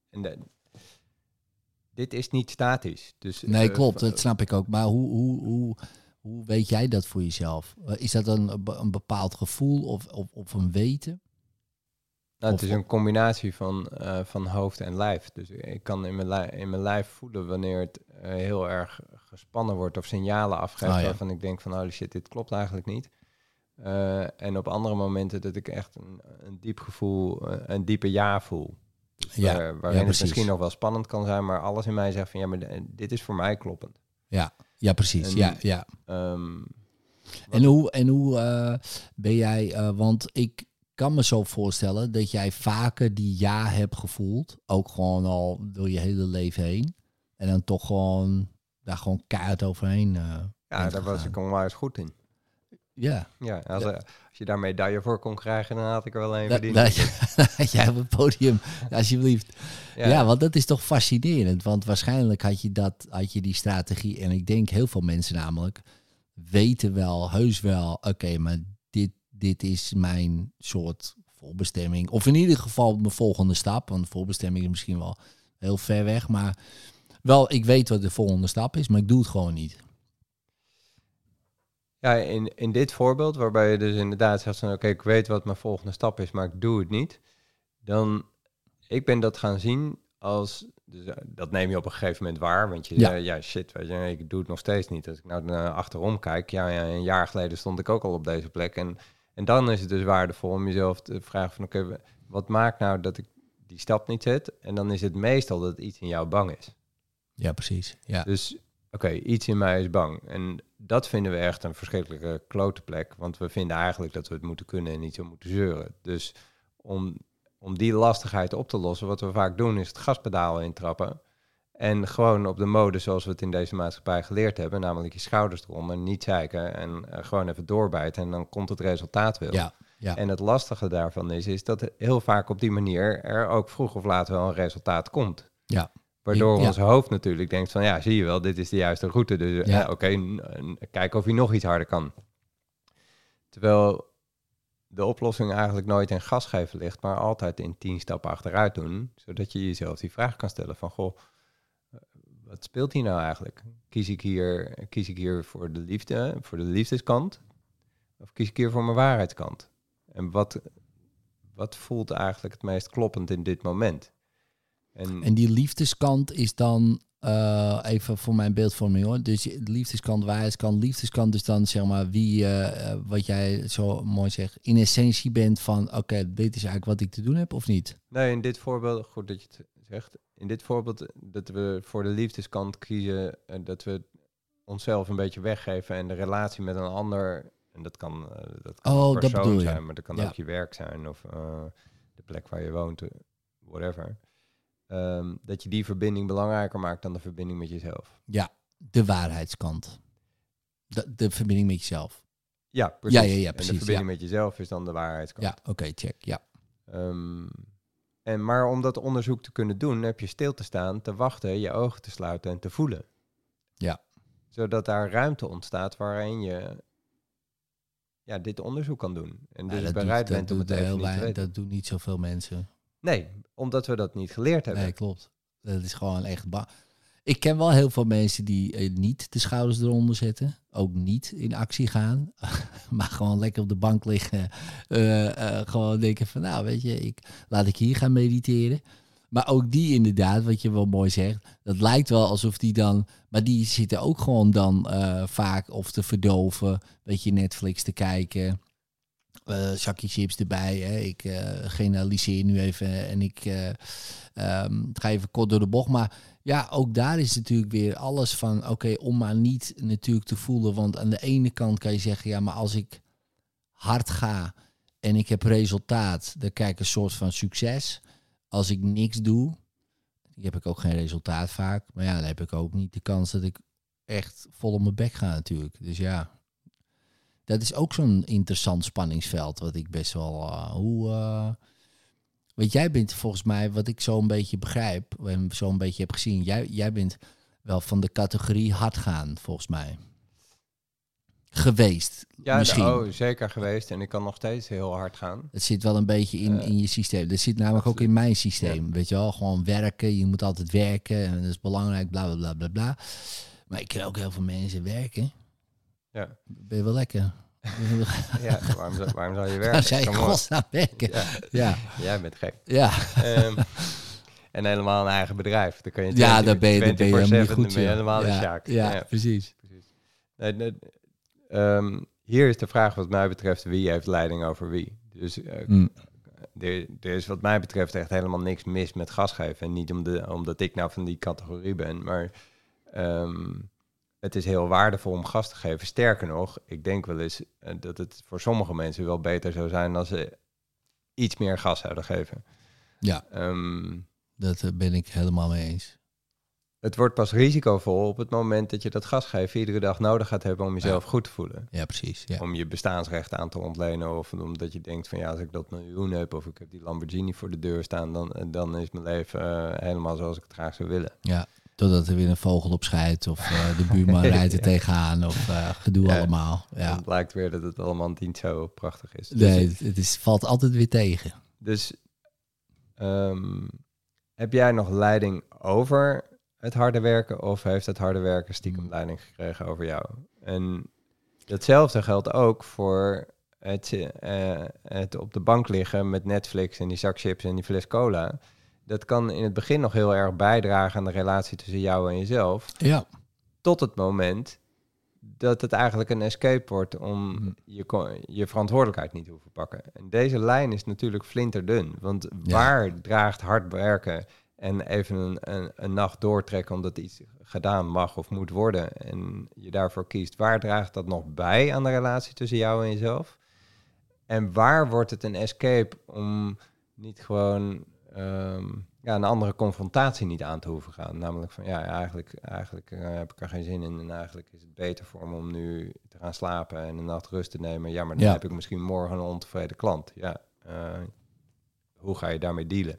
dit is niet statisch. Dus,
nee, klopt, dat snap ik ook. Maar hoe weet jij dat voor jezelf? Is dat een bepaald gevoel of een weten?
Nou, het is een combinatie van hoofd en lijf. Dus ik kan in mijn lijf voelen wanneer het heel erg gespannen wordt of signalen afgeeft waarvan ik denk van holy shit, dit klopt eigenlijk niet. En op andere momenten dat ik echt een diep gevoel, een diepe ja voel. Dus waarin het misschien nog wel spannend kan zijn, maar alles in mij zegt van ja, maar dit is voor mij kloppend.
Ja, precies. En, en hoe ben jij, want ik kan me zo voorstellen dat jij vaker die ja hebt gevoeld, ook gewoon al door je hele leven heen, en dan toch gewoon daar gewoon keihard overheen.
Daar was ik onwijs goed in.
Ja.
Als je daar medaille voor kon krijgen, dan had ik er wel een verdiend.
Jij op het podium, alsjeblieft. Ja, want dat is toch fascinerend, want waarschijnlijk had je die strategie, en ik denk heel veel mensen namelijk weten wel, heus wel, oké, maar dit is mijn soort voorbestemming. Of in ieder geval mijn volgende stap. Want voorbestemming is misschien wel heel ver weg. Maar wel, ik weet wat de volgende stap is, maar ik doe het gewoon niet.
Ja, in dit voorbeeld, waarbij je dus inderdaad zegt van oké, ik weet wat mijn volgende stap is, maar ik doe het niet. Dan, ik ben dat gaan zien als, dus, dat neem je op een gegeven moment waar. Want je zegt, shit, weet je, ik doe het nog steeds niet. Als ik nou achterom kijk, een jaar geleden stond ik ook al op deze plek. En dan is het dus waardevol om jezelf te vragen van oké, wat maakt nou dat ik die stap niet zet? En dan is het meestal dat iets in jou bang is.
Ja, precies. Ja.
Dus oké, iets in mij is bang. En dat vinden we echt een verschrikkelijke klote plek. Want we vinden eigenlijk dat we het moeten kunnen en niet zo moeten zeuren. Dus om die lastigheid op te lossen, wat we vaak doen, is het gaspedaal intrappen. En gewoon op de mode zoals we het in deze maatschappij geleerd hebben, namelijk je schouders erom en niet zeiken en gewoon even doorbijten en dan komt het resultaat wel.
Ja.
En het lastige daarvan is dat heel vaak op die manier er ook vroeg of laat wel een resultaat komt.
Ja.
Waardoor ons hoofd natuurlijk denkt van ja, zie je wel, dit is de juiste route. Dus kijk of je nog iets harder kan. Terwijl de oplossing eigenlijk nooit in gas geven ligt, maar altijd in 10 stappen achteruit doen. Zodat je jezelf die vraag kan stellen van goh, wat speelt hier nou eigenlijk? Kies ik hier voor de liefde, voor de liefdeskant? Of kies ik hier voor mijn waarheidskant? En wat voelt eigenlijk het meest kloppend in dit moment?
En die liefdeskant is dan, even voor mijn beeldvorming hoor, dus de liefdeskant, waarheidskant, liefdeskant is dan zeg maar wie, wat jij zo mooi zegt, in essentie bent van oké, dit is eigenlijk wat ik te doen heb of niet?
Nee, in dit voorbeeld, goed dat je het zegt, in dit voorbeeld dat we voor de liefdeskant kiezen, dat we onszelf een beetje weggeven en de relatie met een ander En dat kan
dat
een persoon
bedoel je.
zijn, maar dat kan ook je werk zijn of de plek waar je woont, whatever. Dat je die verbinding belangrijker maakt dan de verbinding met jezelf.
Ja, de waarheidskant. De verbinding met jezelf.
Ja, precies.
Ja, precies.
En de verbinding met jezelf is dan de waarheidskant.
Ja, oké, check. Ja.
Maar om dat onderzoek te kunnen doen, heb je stil te staan, te wachten, je ogen te sluiten en te voelen.
Ja.
Zodat daar ruimte ontstaat waarin je dit onderzoek kan doen. En dus bereid bent om het even niet te weten.
Dat doen niet zoveel mensen.
Nee, omdat we dat niet geleerd hebben.
Nee, klopt. Dat is gewoon echt... Ik ken wel heel veel mensen die niet de schouders eronder zetten. Ook niet in actie gaan. Maar gewoon lekker op de bank liggen. Gewoon denken van, nou weet je, laat ik hier gaan mediteren. Maar ook die inderdaad, wat je wel mooi zegt. Dat lijkt wel alsof die dan... Maar die zitten ook gewoon dan vaak of te verdoven. Weet je, Netflix te kijken. Zakje chips erbij. Hè. Ik generaliseer nu even en ik ga even kort door de bocht. Maar ja, ook daar is natuurlijk weer alles van... Oké, om maar niet natuurlijk te voelen. Want aan de ene kant kan je zeggen... Ja, maar als ik hard ga en ik heb resultaat... dan krijg ik een soort van succes. Als ik niks doe... heb ik ook geen resultaat vaak. Maar ja, dan heb ik ook niet de kans dat ik echt vol op mijn bek ga natuurlijk. Dus ja... Dat is ook zo'n interessant spanningsveld, wat ik best wel... Want jij bent volgens mij, wat ik zo'n beetje begrijp... en zo'n beetje heb gezien... Jij bent wel van de categorie hard gaan, volgens mij. Geweest, misschien.
Zeker geweest. En ik kan nog steeds heel hard gaan.
Het zit wel een beetje in je systeem. Dat zit namelijk ook in mijn systeem. Ja. Weet je wel, gewoon werken. Je moet altijd werken. En dat is belangrijk, bla, bla, bla, bla, bla. Maar ik ken ook heel veel mensen werken...
Ja.
Ben je wel lekker?
Ja, waarom zou je werken?
Waar zou je godsnaam werken? Ja.
Jij bent gek.
Ja.
En helemaal een eigen bedrijf. Dan kan je
daar ben je helemaal niet goed.
Dan ben je helemaal de sjaak.
Ja, precies.
Hier is de vraag wat mij betreft, wie heeft leiding over wie? Dus er is wat mij betreft echt helemaal niks mis met gas geven. En niet omdat ik nou van die categorie ben, maar... het is heel waardevol om gas te geven. Sterker nog, ik denk wel eens dat het voor sommige mensen wel beter zou zijn als ze iets meer gas zouden geven.
Ja, dat ben ik helemaal mee eens.
Het wordt pas risicovol op het moment dat je dat gas geven iedere dag nodig gaat hebben om jezelf goed te voelen.
Ja, precies. Ja.
Om je bestaansrecht aan te ontlenen of omdat je denkt van ja, als ik dat miljoen heb of ik heb die Lamborghini voor de deur staan, dan is mijn leven helemaal zoals ik het graag zou willen.
Ja. Totdat er weer een vogel op scheidt of de buurman rijdt er tegenaan of gedoe allemaal. Ja.
Het blijkt weer dat het allemaal niet zo prachtig is.
Nee, het valt altijd weer tegen.
Dus heb jij nog leiding over het harde werken of heeft het harde werken stiekem leiding gekregen over jou? En datzelfde geldt ook voor het op de bank liggen met Netflix en die zak chips en die fles cola. Dat kan in het begin nog heel erg bijdragen aan de relatie tussen jou en jezelf.
Ja.
Tot het moment dat het eigenlijk een escape wordt om je verantwoordelijkheid niet te hoeven pakken. En deze lijn is natuurlijk flinterdun. Want waar draagt hard werken en even een nacht doortrekken omdat iets gedaan mag of moet worden en je daarvoor kiest, waar draagt dat nog bij aan de relatie tussen jou en jezelf? En waar wordt het een escape om niet gewoon... een andere confrontatie niet aan te hoeven gaan. Namelijk van, ja, eigenlijk heb ik er geen zin in en eigenlijk is het beter voor me om nu te gaan slapen en een nacht rust te nemen. Ja, maar dan heb ik misschien morgen een ontevreden klant. Ja, hoe ga je daarmee dealen?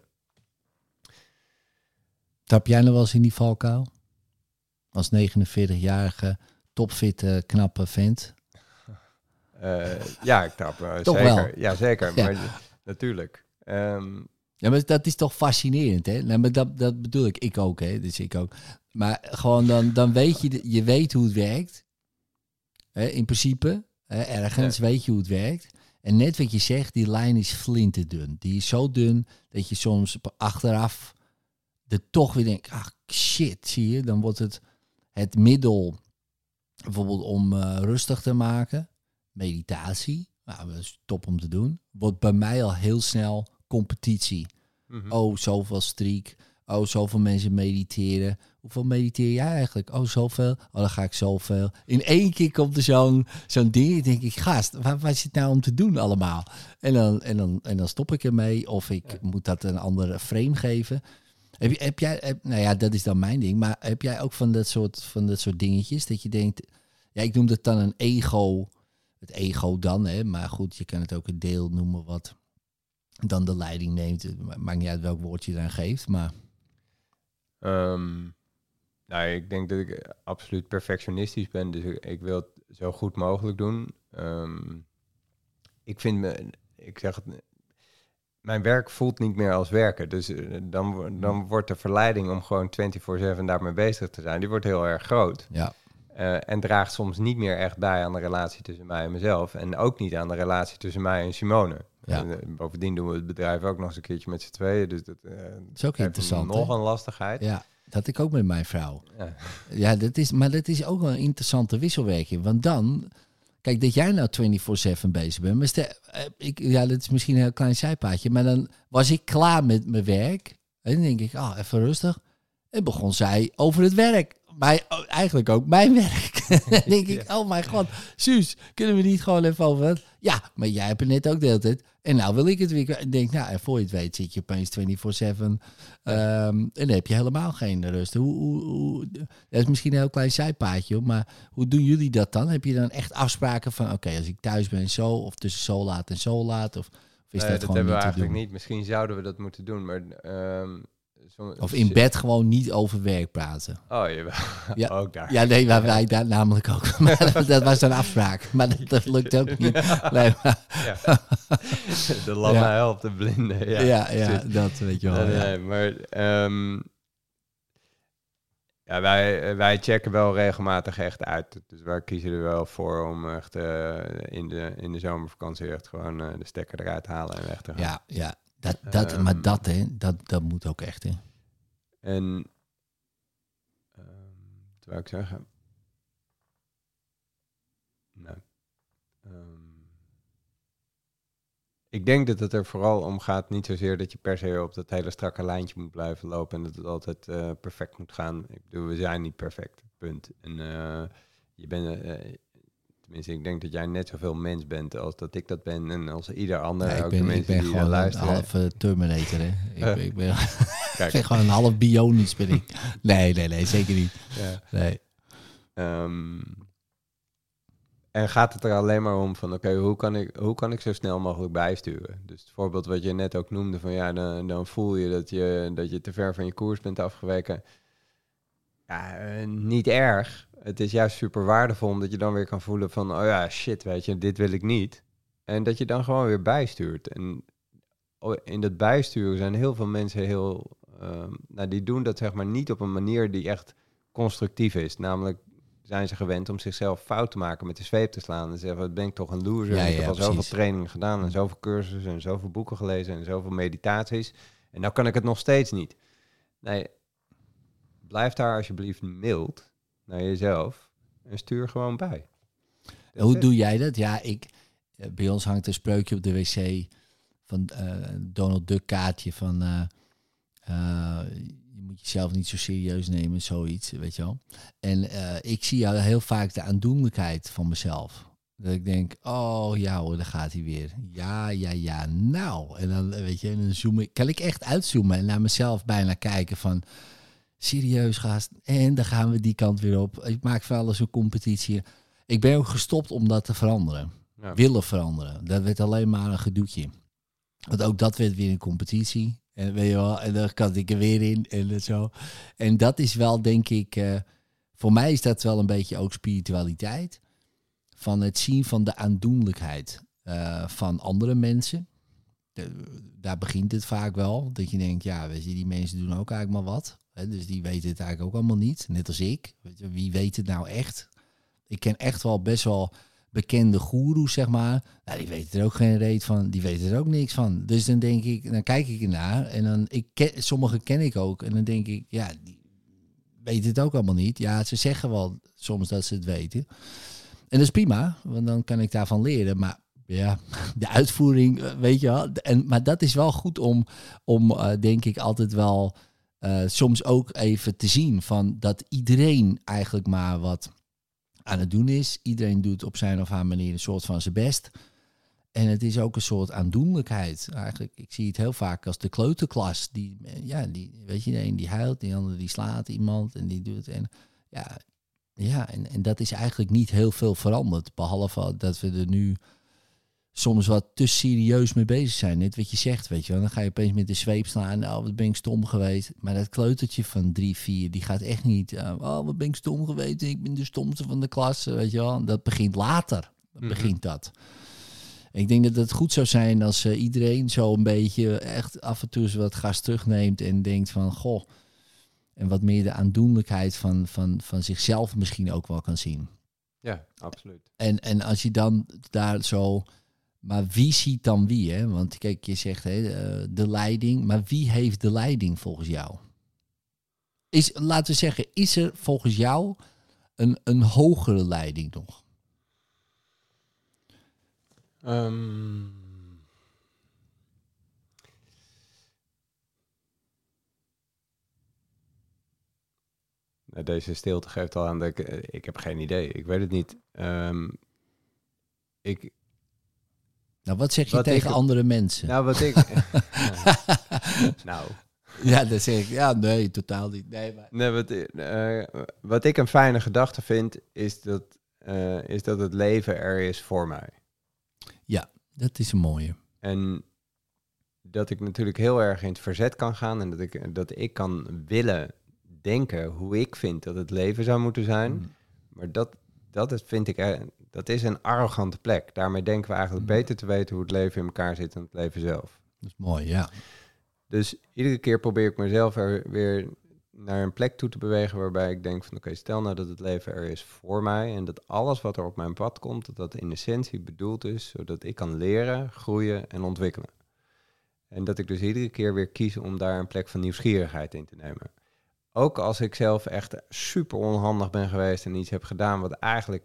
Trap jij nog wel eens in die valkuil? Als 49-jarige, topfitte, knappe vent?
Ja, ik trap
toch
zeker.
Wel.
Ja, zeker. Ja. Maar natuurlijk...
Ja, maar dat is toch fascinerend, hè? Nee, maar dat bedoel ik ook, hè? Dus ik ook. Maar gewoon dan weet je weet hoe het werkt. Hè? In principe, hè? Ergens weet je hoe het werkt. En net wat je zegt, die lijn is flinterdun. Die is zo dun dat je soms achteraf er toch weer denkt, ach shit, zie je? Dan wordt het middel, bijvoorbeeld om rustig te maken, meditatie, nou, dat is top om te doen, wordt bij mij al heel snel competitie. Mm-hmm. Oh, zoveel streak. Oh, zoveel mensen mediteren. Hoeveel mediteer jij eigenlijk? Oh, zoveel. Oh, dan ga ik zoveel. In 1 keer komt er zo'n ding. Denk ik, gast, wat is het nou om te doen allemaal? En dan stop ik ermee. Of ik moet dat een andere frame geven. Heb jij, nou ja, dat is dan mijn ding. Maar heb jij ook van dat soort dingetjes? Dat je denkt, ja, ik noem dat dan een ego. Het ego dan, hè. Maar goed, je kan het ook een deel noemen wat dan de leiding neemt. Het maakt niet uit welk woord je eraan geeft, maar...
Nou, ik denk dat ik absoluut perfectionistisch ben. Dus ik wil het zo goed mogelijk doen. Mijn werk voelt niet meer als werken. Dus dan wordt de verleiding om gewoon 24/7 daarmee bezig te zijn, die wordt heel erg groot.
Ja.
En draagt soms niet meer echt bij aan de relatie tussen mij en mezelf. En ook niet aan de relatie tussen mij en Simone.
Ja.
En bovendien doen we het bedrijf ook nog eens een keertje met z'n tweeën. Dus dat
is ook interessant.
Nog een lastigheid.
Ja, dat had ik ook met mijn vrouw.
Ja.
Ja, dat is ook wel een interessante wisselwerking. Want dan, kijk, dat jij nou 24/7 bezig bent. Maar dat is misschien een heel klein zijpaadje. Maar dan was ik klaar met mijn werk. En dan denk ik, even rustig. En begon zij over het werk. Maar eigenlijk ook mijn werk. Dan denk ik, oh mijn god, Suus, kunnen we niet gewoon even over het? Ja, maar jij hebt het net ook de hele tijd. En nou wil ik het weer. Ik denk, nou, en voor je het weet zit je opeens 24/7. En dan heb je helemaal geen rust. Dat is misschien een heel klein zijpaadje, hoor, maar hoe doen jullie dat dan? Heb je dan echt afspraken van, oké, als ik thuis ben zo, of tussen zo laat en zo laat? Of is dat gewoon
hebben we
niet
eigenlijk
te doen?
niet. Misschien zouden we dat moeten doen, maar...
Of in bed gewoon niet over werk praten.
Oh, jawel.
Ja,
ook daar.
Ja, nee, wij daar namelijk ook. Maar dat was een afspraak. Maar dat lukt ook niet. Nee, maar...
Ja. De lammen helpt de blinden.
Ja, dat weet je wel.
Nee, maar wij checken wel regelmatig echt uit. Dus wij kiezen er wel voor om echt in de zomervakantie echt gewoon de stekker eruit te halen en weg te gaan.
Ja. Maar dat moet ook echt, hè.
En wat wou ik zeggen? Nou, ik denk dat het er vooral om gaat, niet zozeer dat je per se op dat hele strakke lijntje moet blijven lopen en dat het altijd perfect moet gaan. Ik bedoel, we zijn niet perfect, punt. En je bent... Tenminste, ik denk dat jij net zoveel mens bent als dat ik dat ben. En als ieder ander.
Ja,
ook de mensen
ik ben
die
gewoon
luisteren.
een half Terminator, hè. Ik ben gewoon een half bionisch, ben ik. Nee, zeker niet.
Ja.
Nee.
En gaat het er alleen maar om van, oké, hoe kan ik zo snel mogelijk bijsturen? Dus het voorbeeld wat je net ook noemde van, ja, dan voel je dat je te ver van je koers bent afgeweken. Ja, niet erg. Het is juist super waardevol omdat je dan weer kan voelen van, oh ja, shit, weet je, dit wil ik niet. En dat je dan gewoon weer bijstuurt. En in dat bijsturen zijn heel veel mensen die doen dat zeg maar niet op een manier die echt constructief is. Namelijk zijn ze gewend om zichzelf fout te maken, met de zweep te slaan. En zeggen, wat ben ik toch een loser. Ik heb al zoveel trainingen gedaan en zoveel cursussen en zoveel boeken gelezen en zoveel meditaties. En nou kan ik het nog steeds niet. Nee, blijf daar alsjeblieft mild naar jezelf en stuur gewoon bij.
Hoe doe jij dat? Ja, bij ons hangt een spreukje op de wc van Donald Duck kaartje van je moet jezelf niet zo serieus nemen, zoiets, weet je wel. En ik zie heel vaak de aandoenlijkheid van mezelf. Dat ik denk, oh ja hoor, daar gaat hij weer. Ja, nou. En dan, weet je, dan kan ik echt uitzoomen en naar mezelf bijna kijken van, serieus gast, en dan gaan we die kant weer op. Ik maak van alles een competitie. Ik ben ook gestopt om dat te veranderen. Ja. Willen veranderen. Dat werd alleen maar een gedoetje. Want ook dat werd weer een competitie. En weet je wel, en dan kan ik er weer in en zo. En dat is wel, denk ik, voor mij is dat wel een beetje ook spiritualiteit. Van het zien van de aandoenlijkheid van andere mensen. Daar begint het vaak wel. Dat je denkt, ja, weet je, die mensen doen ook eigenlijk maar wat. Dus die weten het eigenlijk ook allemaal niet. Net als ik. Wie weet het nou echt? Ik ken echt wel best wel bekende goeroes, zeg maar. Nou, die weten er ook geen reet van. Die weten er ook niks van. Dus dan denk ik, dan kijk ik ernaar. En dan, sommige ken ik ook. En dan denk ik, ja, die weten het ook allemaal niet. Ja, ze zeggen wel soms dat ze het weten. En dat is prima, want dan kan ik daarvan leren. Maar ja, de uitvoering, weet je wel. Maar dat is wel goed om denk ik, altijd wel soms ook even te zien van dat iedereen eigenlijk maar wat aan het doen is. Iedereen doet op zijn of haar manier een soort van zijn best. En het is ook een soort aandoenlijkheid. Eigenlijk, ik zie het heel vaak als de kleuterklas. Die, weet je, de een die huilt, die andere die slaat iemand en die doet. En en dat is eigenlijk niet heel veel veranderd. Behalve dat we er nu soms wat te serieus mee bezig zijn. Net wat je zegt, weet je wel. Dan ga je opeens met de zweep slaan. Nou, wat ben ik stom geweest. Maar dat kleutertje van 3, 4, die gaat echt niet... wat ben ik stom geweest. Ik ben de stomste van de klas, weet je wel. Dat begint later. Begint dat. Ik denk dat het goed zou zijn als iedereen zo een beetje echt af en toe eens wat gas terugneemt en denkt van, goh, en wat meer de aandoenlijkheid van zichzelf misschien ook wel kan zien.
Ja, absoluut.
En als je dan daar zo... Maar wie ziet dan wie, hè? Want kijk, je zegt de leiding, maar wie heeft de leiding volgens jou? Laten we zeggen, is er volgens jou een hogere leiding nog?
Deze stilte geeft al aan dat ik heb geen idee. Ik weet het niet.
Nou, wat zeg je tegen andere mensen?
Nou, wat ik... nou...
Ja, dan zeg ik, ja, nee, totaal niet.
Wat ik een fijne gedachte vind, is dat het leven er is voor mij.
Ja, dat is een mooie.
En dat ik natuurlijk heel erg in het verzet kan gaan en dat ik kan willen denken hoe ik vind dat het leven zou moeten zijn. Maar dat is een arrogante plek. Daarmee denken we eigenlijk beter te weten hoe het leven in elkaar zit dan het leven zelf.
Dat is mooi, ja.
Dus iedere keer probeer ik mezelf er weer naar een plek toe te bewegen waarbij ik denk van oké, stel nou dat het leven er is voor mij en dat alles wat er op mijn pad komt, dat in essentie bedoeld is zodat ik kan leren, groeien en ontwikkelen. En dat ik dus iedere keer weer kies om daar een plek van nieuwsgierigheid in te nemen. Ook als ik zelf echt super onhandig ben geweest en iets heb gedaan wat eigenlijk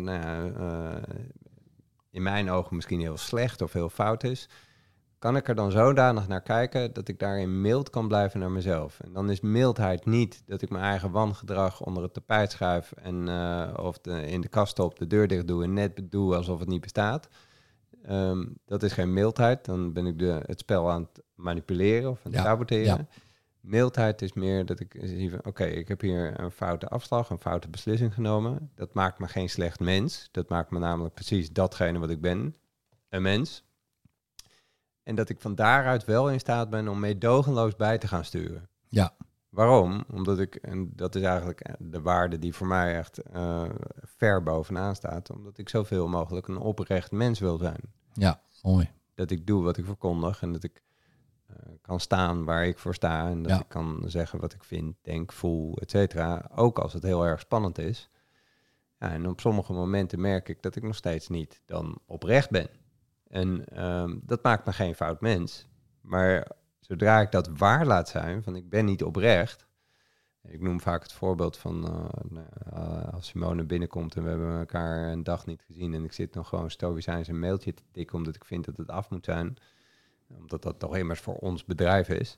in mijn ogen misschien heel slecht of heel fout is, kan ik er dan zodanig naar kijken dat ik daarin mild kan blijven naar mezelf. En dan is mildheid niet dat ik mijn eigen wangedrag onder het tapijt schuif en in de kast op, de deur dicht doe en net doe alsof het niet bestaat. Dat is geen mildheid. Dan ben ik het spel aan het manipuleren of aan het saboteren. Ja. Mildheid is meer dat ik zie van oké, ik heb hier een foute afslag, een foute beslissing genomen. Dat maakt me geen slecht mens. Dat maakt me namelijk precies datgene wat ik ben, een mens. En dat ik van daaruit wel in staat ben om meedogenloos bij te gaan sturen.
Ja.
Waarom? Omdat en dat is eigenlijk de waarde die voor mij echt ver bovenaan staat. Omdat ik zoveel mogelijk een oprecht mens wil zijn.
Ja, mooi.
Dat ik doe wat ik verkondig en dat ik kan staan waar ik voor sta. En dat ik kan zeggen wat ik vind, denk, voel, et cetera. Ook als het heel erg spannend is. Ja, en op sommige momenten merk ik dat ik nog steeds niet dan oprecht ben. En dat maakt me geen fout mens. Maar zodra ik dat waar laat zijn, van ik ben niet oprecht. Ik noem vaak het voorbeeld van als Simone binnenkomt en we hebben elkaar een dag niet gezien en ik zit nog gewoon stoïcijns een mailtje te tikken omdat ik vind dat het af moet zijn. Omdat dat toch immers voor ons bedrijf is.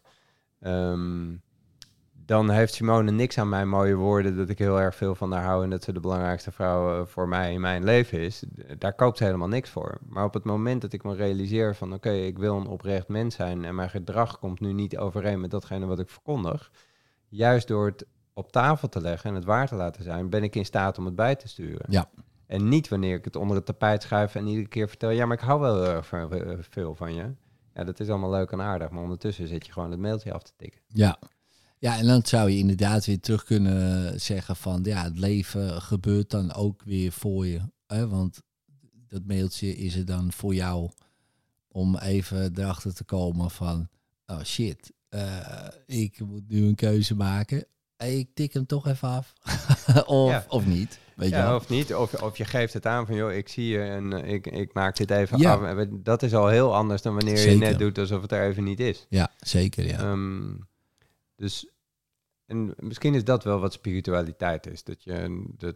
Dan heeft Simone niks aan mijn mooie woorden dat ik heel erg veel van haar hou en dat ze de belangrijkste vrouw voor mij in mijn leven is. Daar koopt ze helemaal niks voor. Maar op het moment dat ik me realiseer van oké, ik wil een oprecht mens zijn en mijn gedrag komt nu niet overeen met datgene wat ik verkondig, juist door het op tafel te leggen en het waar te laten zijn, ben ik in staat om het bij te sturen.
Ja.
En niet wanneer ik het onder het tapijt schuif en iedere keer vertel, ja, maar ik hou wel heel erg veel van je. Ja, dat is allemaal leuk en aardig, maar ondertussen zit je gewoon het mailtje af te tikken.
Ja. Ja, en dan zou je inderdaad weer terug kunnen zeggen van, ja, het leven gebeurt dan ook weer voor je. Hè? Want dat mailtje is er dan voor jou om even erachter te komen van, oh shit, ik moet nu een keuze maken. Ik tik hem toch even af. Of niet. Weet je wel?
Of niet. Of je geeft het aan van, joh, ik zie je en ik maak dit even af. Dat is al heel anders dan wanneer je net doet alsof het er even niet is.
Ja, zeker, ja.
Dus, en misschien is dat wel wat spiritualiteit is.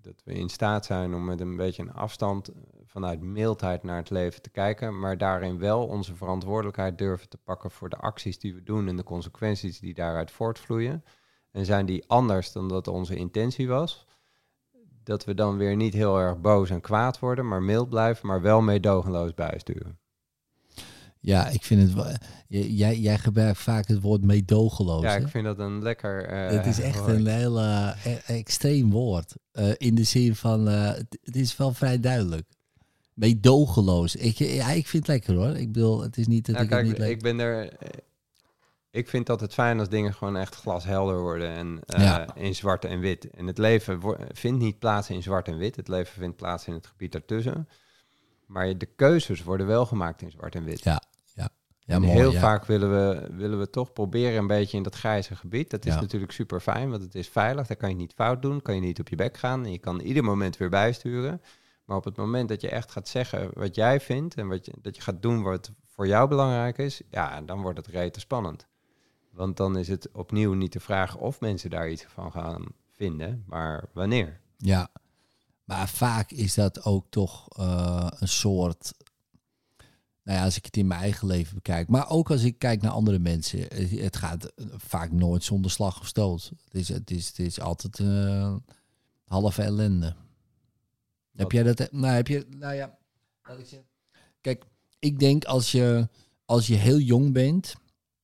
dat we in staat zijn om met een beetje een afstand vanuit mildheid naar het leven te kijken, maar daarin wel onze verantwoordelijkheid durven te pakken voor de acties die we doen en de consequenties die daaruit voortvloeien. En zijn die anders dan dat onze intentie was, dat we dan weer niet heel erg boos en kwaad worden, maar mild blijven, maar wel meedogenloos bijsturen.
Ja, ik vind het wel... Jij gebruikt vaak het woord meedogenloos.
Ja,
hè?
ik vind dat een lekker...
Het is echt
woord.
een heel extreem woord. In de zin van, het is wel vrij duidelijk. Meedogenloos. Ik vind het lekker hoor. Ik bedoel, het is niet dat
Nou,
ik het
kijk,
niet leuk...
ik ben er... Ik vind dat het fijn als dingen gewoon echt glashelder worden en in zwart en wit. En het leven vindt niet plaats in zwart en wit. Het leven vindt plaats in het gebied daartussen. Maar de keuzes worden wel gemaakt in zwart en wit.
Ja,
en
mooi,
heel vaak willen we toch proberen een beetje in dat grijze gebied. Dat is
Ja.
natuurlijk super fijn, want het is veilig. Daar kan je niet fout doen, kan je niet op je bek gaan. En je kan ieder moment weer bijsturen. Maar op het moment dat je echt gaat zeggen wat jij vindt en dat je gaat doen wat voor jou belangrijk is, ja, dan wordt het rete spannend. Want dan is het opnieuw niet de vraag of mensen daar iets van gaan vinden, maar wanneer.
Ja, maar vaak is dat ook toch een soort... Nou ja, als ik het in mijn eigen leven bekijk. Maar ook als ik kijk naar andere mensen. Het gaat vaak nooit zonder slag of stoot. Het is altijd halve ellende. Heb jij dat? Nou ja. Laat ik zeggen. Kijk, ik denk als je heel jong bent...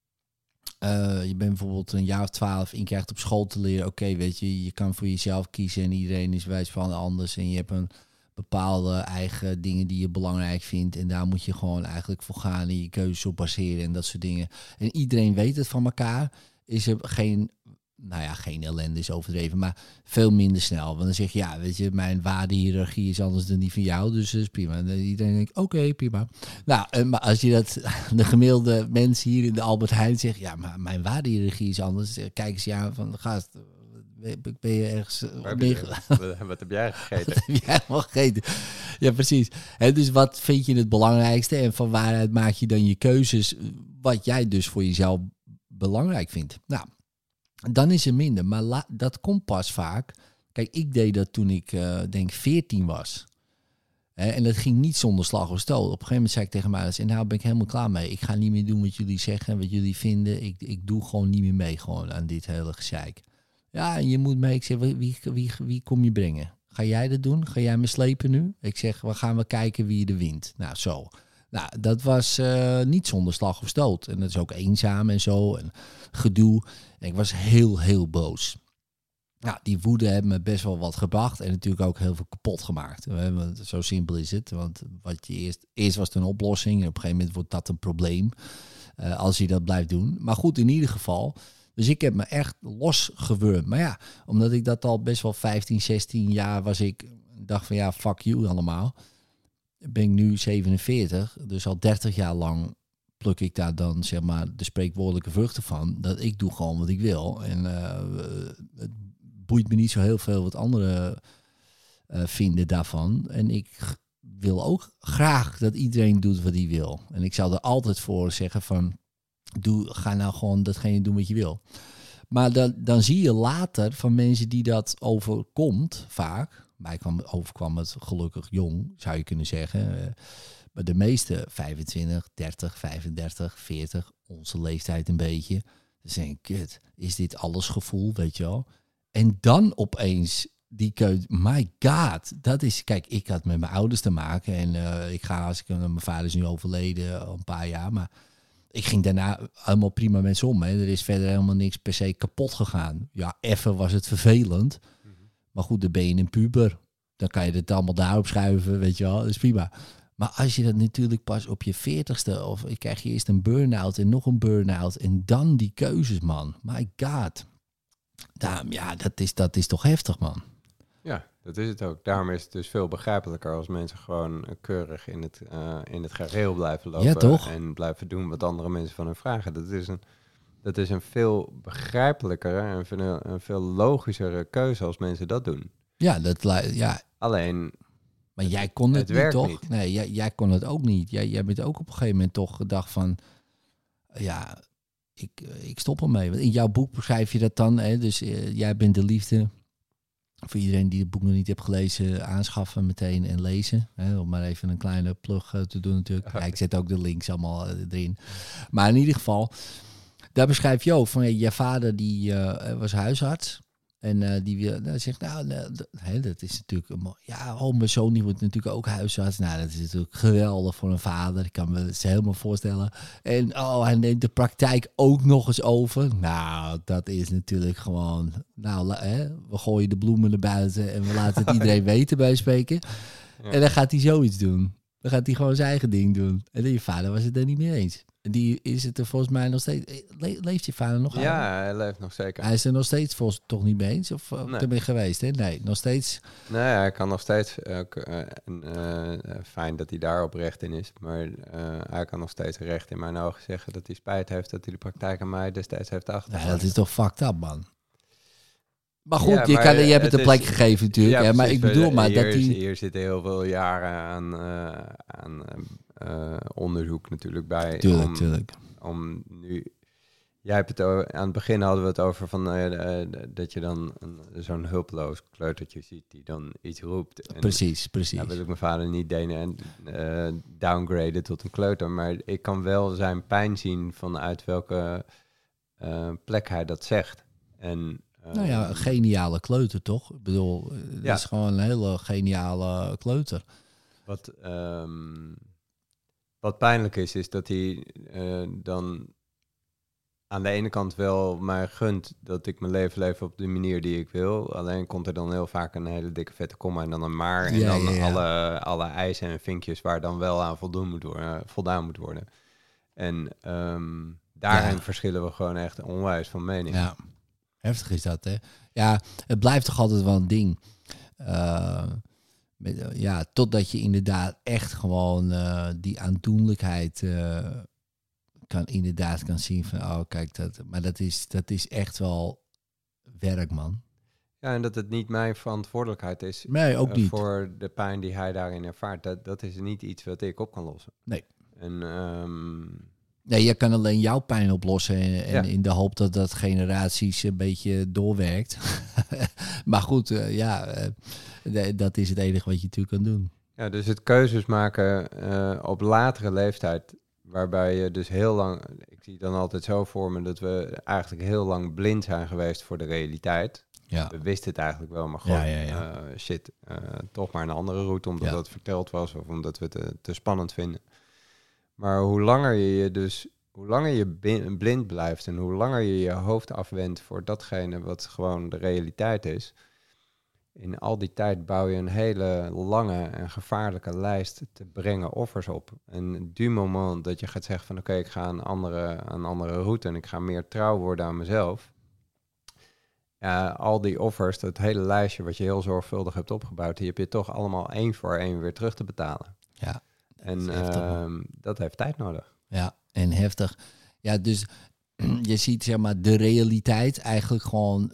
je bent bijvoorbeeld een jaar of 12 en je krijgt op school te leren... Oké, weet je kan voor jezelf kiezen en iedereen is wijs van anders. En je hebt een bepaalde eigen dingen die je belangrijk vindt. En daar moet je gewoon eigenlijk voor gaan en je keuzes op baseren en dat soort dingen. En iedereen weet het van elkaar. Is er geen ellende is overdreven, maar veel minder snel. Want dan zeg je, ja, weet je, mijn waardehiërarchie is anders dan die van jou, dus dat is prima. En iedereen denkt, oké, prima. Nou, maar als je dat, de gemiddelde mensen hier in de Albert Heijn zegt, ja, maar mijn waardehiërarchie is anders. Kijk eens je aan van, gast, ben je ergens...
Wat heb jij gegeten?
Wat heb jij allemaal gegeten? Ja, precies. En dus wat vind je het belangrijkste en van waaruit maak je dan je keuzes, wat jij dus voor jezelf belangrijk vindt? Nou, dan is er minder. Maar dat komt pas vaak. Kijk, ik deed dat toen ik denk 14 was. En dat ging niet zonder slag of stoot. Op een gegeven moment zei ik tegen mij, en nou ben ik helemaal klaar mee. Ik ga niet meer doen wat jullie zeggen en wat jullie vinden. Ik doe gewoon niet meer mee gewoon aan dit hele gezeik. Ja, en je moet mee. Ik zeg, wie kom je brengen? Ga jij dat doen? Ga jij me slepen nu? Ik zeg, we gaan kijken wie er wint. Nou, zo. Nou, dat was niet zonder slag of stoot. En dat is ook eenzaam en zo. En gedoe. En ik was heel, heel boos. Nou, die woede heeft me best wel wat gebracht. En natuurlijk ook heel veel kapot gemaakt. Want zo simpel is het. Want wat je eerst was het een oplossing. En op een gegeven moment wordt dat een probleem. Als je dat blijft doen. Maar goed, in ieder geval. Dus ik heb me echt losgewurmd. Maar ja, omdat ik dat al best wel 15, 16 jaar was. Ik dacht van ja, fuck you allemaal. Ben ik nu 47. Dus al 30 jaar lang pluk ik daar dan zeg maar de spreekwoordelijke vruchten van. Dat ik doe gewoon wat ik wil. En het boeit me niet zo heel veel wat anderen vinden daarvan. En ik wil ook graag dat iedereen doet wat hij wil. En ik zou er altijd voor zeggen van, ga nou gewoon datgene doen wat je wil. Maar dan zie je later van mensen die dat overkomt, vaak. Mij overkwam het gelukkig jong, zou je kunnen zeggen. Maar de meeste 25, 30, 35, 40, onze leeftijd een beetje. Dan denk ik, kut, is dit alles gevoel, weet je wel? En dan opeens die keuze, my god, dat is... Kijk, ik had met mijn ouders te maken en mijn vader is nu overleden al een paar jaar, maar ik ging daarna helemaal prima met ze om. Hè. Er is verder helemaal niks per se kapot gegaan. Ja, even was het vervelend. Maar goed, dan ben je een puber. Dan kan je het allemaal daarop schuiven, weet je wel. Dat is prima. Maar als je dat natuurlijk pas op je 40ste... of krijg je eerst een burn-out en nog een burn-out... en dan die keuzes, man. My god. Dat is toch heftig, man.
Ja, dat is het ook. Daarom is het dus veel begrijpelijker als mensen gewoon keurig in het gareel blijven lopen.
Ja, toch?
En blijven doen wat andere mensen van hen vragen. Dat is een veel begrijpelijkere en een veel logischere keuze als mensen dat doen.
Ja,
Alleen...
Maar jij kon het niet, toch?
Niet.
Nee, jij kon het ook niet. Jij bent ook op een gegeven moment toch gedacht van... Ja, ik stop ermee. Want in jouw boek beschrijf je dat dan. Hè? Dus jij bent de liefde Voor iedereen die het boek nog niet heeft gelezen, aanschaffen meteen en lezen. Hè, om maar even een kleine plug te doen natuurlijk. Ja, ik zet ook de links allemaal erin. Maar in ieder geval, daar beschrijf je ook van je vader die was huisarts. En die zegt, dat is natuurlijk... mijn zoon die wordt natuurlijk ook huisarts. Nou, dat is natuurlijk geweldig voor een vader. Ik kan me het helemaal voorstellen. En hij neemt de praktijk ook nog eens over. Nou, dat is natuurlijk gewoon... we gooien de bloemen naar buiten en we laten het iedereen weten bij spreken. Ja. En dan gaat hij zoiets doen. Dan gaat hij gewoon zijn eigen ding doen. En je vader was het er niet mee eens. Die is het er volgens mij nog steeds... Leeft je vader nog?
Ja, hij leeft nog zeker.
Hij is er nog steeds volgens toch niet mee eens? Of
nee.
ben je geweest? Hè? Nee, nog steeds...
Nee, hij kan nog steeds... fijn dat hij daar oprecht in is. Maar hij kan nog steeds recht in mijn ogen zeggen... dat hij spijt heeft dat hij de praktijk aan mij destijds heeft achtergelaten.
Ja, dat is toch fucked up, man. Maar goed, je hebt het een plek gegeven natuurlijk. Ja, maar ik bedoel maar dat die...
Hier zitten heel veel jaren aan onderzoek natuurlijk bij.
Tuurlijk.
Om nu... Jij hebt het aan het begin hadden we het over van dat je dan zo'n hulpeloos kleutertje ziet die dan iets roept. En
precies.
Nou wil ik mijn vader niet downgraden tot een kleuter, maar ik kan wel zijn pijn zien vanuit welke plek hij dat zegt. En
een geniale kleuter, toch? Ik bedoel, dat is gewoon een hele geniale kleuter.
Wat pijnlijk is dat hij dan aan de ene kant wel mij gunt dat ik mijn leven leef op de manier die ik wil. Alleen komt er dan heel vaak een hele dikke vette komma en dan een maar. En dan alle eisen en vinkjes waar dan wel aan voldaan moet worden. En daarin verschillen we gewoon echt onwijs van mening.
Ja, heftig is dat, hè? Ja, het blijft toch altijd wel een ding. Totdat je inderdaad echt gewoon die aandoenlijkheid kan zien van, kijk, dat is echt wel werk, man.
Ja, en dat het niet mijn verantwoordelijkheid is.
Nee, ook niet.
Voor de pijn die hij daarin ervaart. Dat is niet iets wat ik op kan lossen.
Nee.
En,
nee, je kan alleen jouw pijn oplossen en in de hoop dat generaties een beetje doorwerkt. Maar goed, dat is het enige wat je natuurlijk kan doen.
Ja, dus het keuzes maken op latere leeftijd, waarbij je dus heel lang... Ik zie dan altijd zo voor me dat we eigenlijk heel lang blind zijn geweest voor de realiteit. Ja. We wisten het eigenlijk wel, maar gewoon toch maar een andere route, omdat het verteld was of omdat we het te spannend vinden. Maar hoe langer je blind blijft en hoe langer je je hoofd afwendt voor datgene wat gewoon de realiteit is, in al die tijd bouw je een hele lange en gevaarlijke lijst te brengen offers op. En du moment dat je gaat zeggen van oké, ik ga een andere route en ik ga meer trouw worden aan mezelf. Ja, al die offers, dat hele lijstje wat je heel zorgvuldig hebt opgebouwd, die heb je toch allemaal één voor één weer terug te betalen. Ja. En dat heeft tijd nodig.
Ja, en heftig. Ja, dus je ziet zeg maar de realiteit eigenlijk gewoon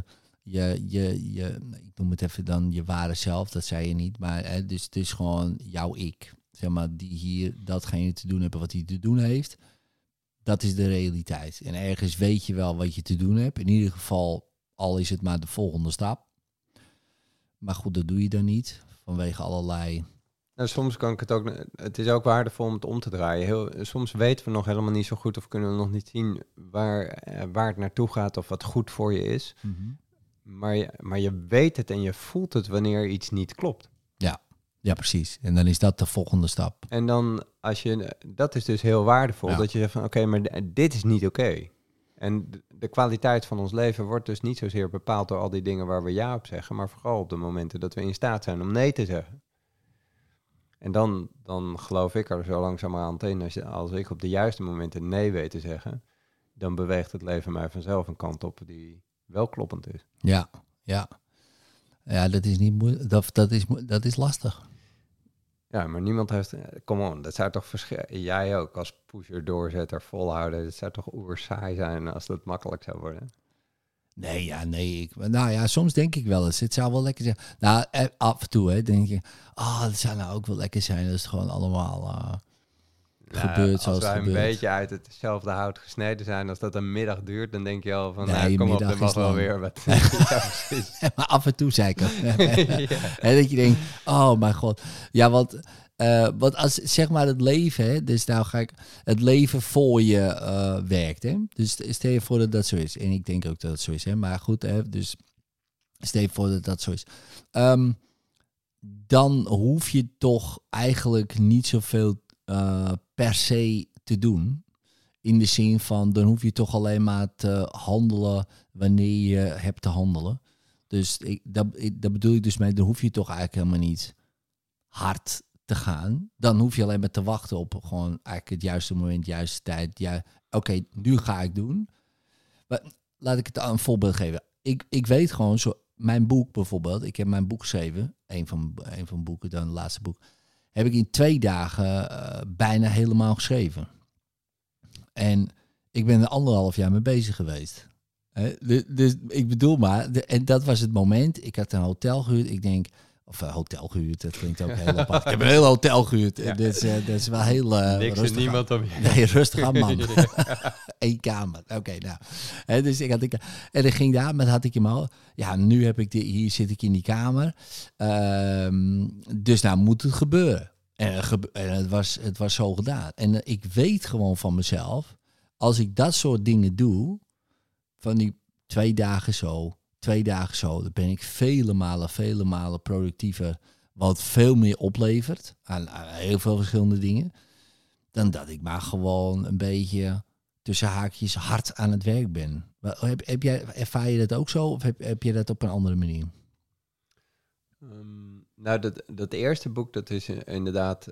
ik noem het even dan je ware zelf, dat zei je niet, maar dus het is gewoon jouw ik, zeg maar, die hier datgene te doen hebben wat hij te doen heeft. Dat is de realiteit. En ergens weet je wel wat je te doen hebt. In ieder geval, al is het maar de volgende stap. Maar goed, dat doe je dan niet, vanwege allerlei...
Nou, soms kan ik het ook... Het is ook waardevol om het om te draaien. Soms weten we nog helemaal niet zo goed of kunnen we nog niet zien waar het naartoe gaat of wat goed voor je is. Mm-hmm. Maar je weet het en je voelt het wanneer iets niet klopt.
Ja, precies. En dan is dat de volgende stap.
En dan dat is dus heel waardevol. Ja. Dat je zegt van oké, maar dit is niet oké. En de kwaliteit van ons leven wordt dus niet zozeer bepaald door al die dingen waar we ja op zeggen, maar vooral op de momenten dat we in staat zijn om nee te zeggen. En dan geloof ik er zo langzamerhand in, als ik op de juiste momenten nee weet te zeggen, dan beweegt het leven mij vanzelf een kant op die wel kloppend is.
Ja, dat is niet moeilijk. Dat is lastig.
Ja, maar niemand heeft... Come on, dat zou toch jij ook als pusher, doorzetter, volhouden. Dat zou toch oersaai zijn als dat makkelijk zou worden?
Nee. Soms denk ik wel eens. Het zou wel lekker zijn. Nou, af en toe denk je... dat zou nou ook wel lekker zijn. Dat is gewoon allemaal... gebeurt zoals
als
het
wij
gebeurt.
een beetje uit hetzelfde hout gesneden zijn, als dat een middag duurt, dan denk je al van,
Nee,
kom op,
middag
er mag
is
wel
lang.
weer wat. Ja, precies.
Maar af en toe zei ik het.
Ja.
Hè, dat je denkt, oh mijn god. Ja, want als zeg maar het leven, hè, dus nou ga ik het leven voor je werkt. Hè? Dus stel je voor dat dat zo is. En ik denk ook dat het zo is. Hè? Maar goed, hè, dus stel je voor dat dat zo is. Dan hoef je toch eigenlijk niet zoveel per se te doen. In de zin van, dan hoef je toch alleen maar te handelen wanneer je hebt te handelen. Dus dat bedoel ik dus mee, dan hoef je toch eigenlijk helemaal niet hard te gaan. Dan hoef je alleen maar te wachten op gewoon eigenlijk het juiste moment, de juiste tijd. Ja, oké, nu ga ik doen. Maar laat ik het een voorbeeld geven. Ik weet gewoon, mijn boek bijvoorbeeld, ik heb mijn boek geschreven, een van boeken, dan het laatste boek, heb ik in 2 dagen bijna helemaal geschreven. En ik ben er 1,5 jaar mee bezig geweest. Dus ik bedoel maar, en dat was het moment. Ik had een hotel gehuurd. Ik denk, hotel gehuurd, dat klinkt ook heel apart. Ik heb een heel hotel gehuurd.
Ja.
Dat is wel heel
Niks
rustig.
en niemand op je.
Nee, rustig aan, man. 1 kamer. Oké, nou. Dus en ik ging daar, maar had ik hem al. Ja, nu heb ik hier zit ik in die kamer. Dus nou moet het gebeuren. En het was zo gedaan. En ik weet gewoon van mezelf, als ik dat soort dingen doe, van die 2 dagen zo, dan ben ik vele malen productiever, wat veel meer oplevert aan heel veel verschillende dingen, dan dat ik maar gewoon een beetje tussen haakjes hard aan het werk ben. Ervaar je dat ook zo, of heb je dat op een andere manier?
Nou, dat eerste boek, dat is inderdaad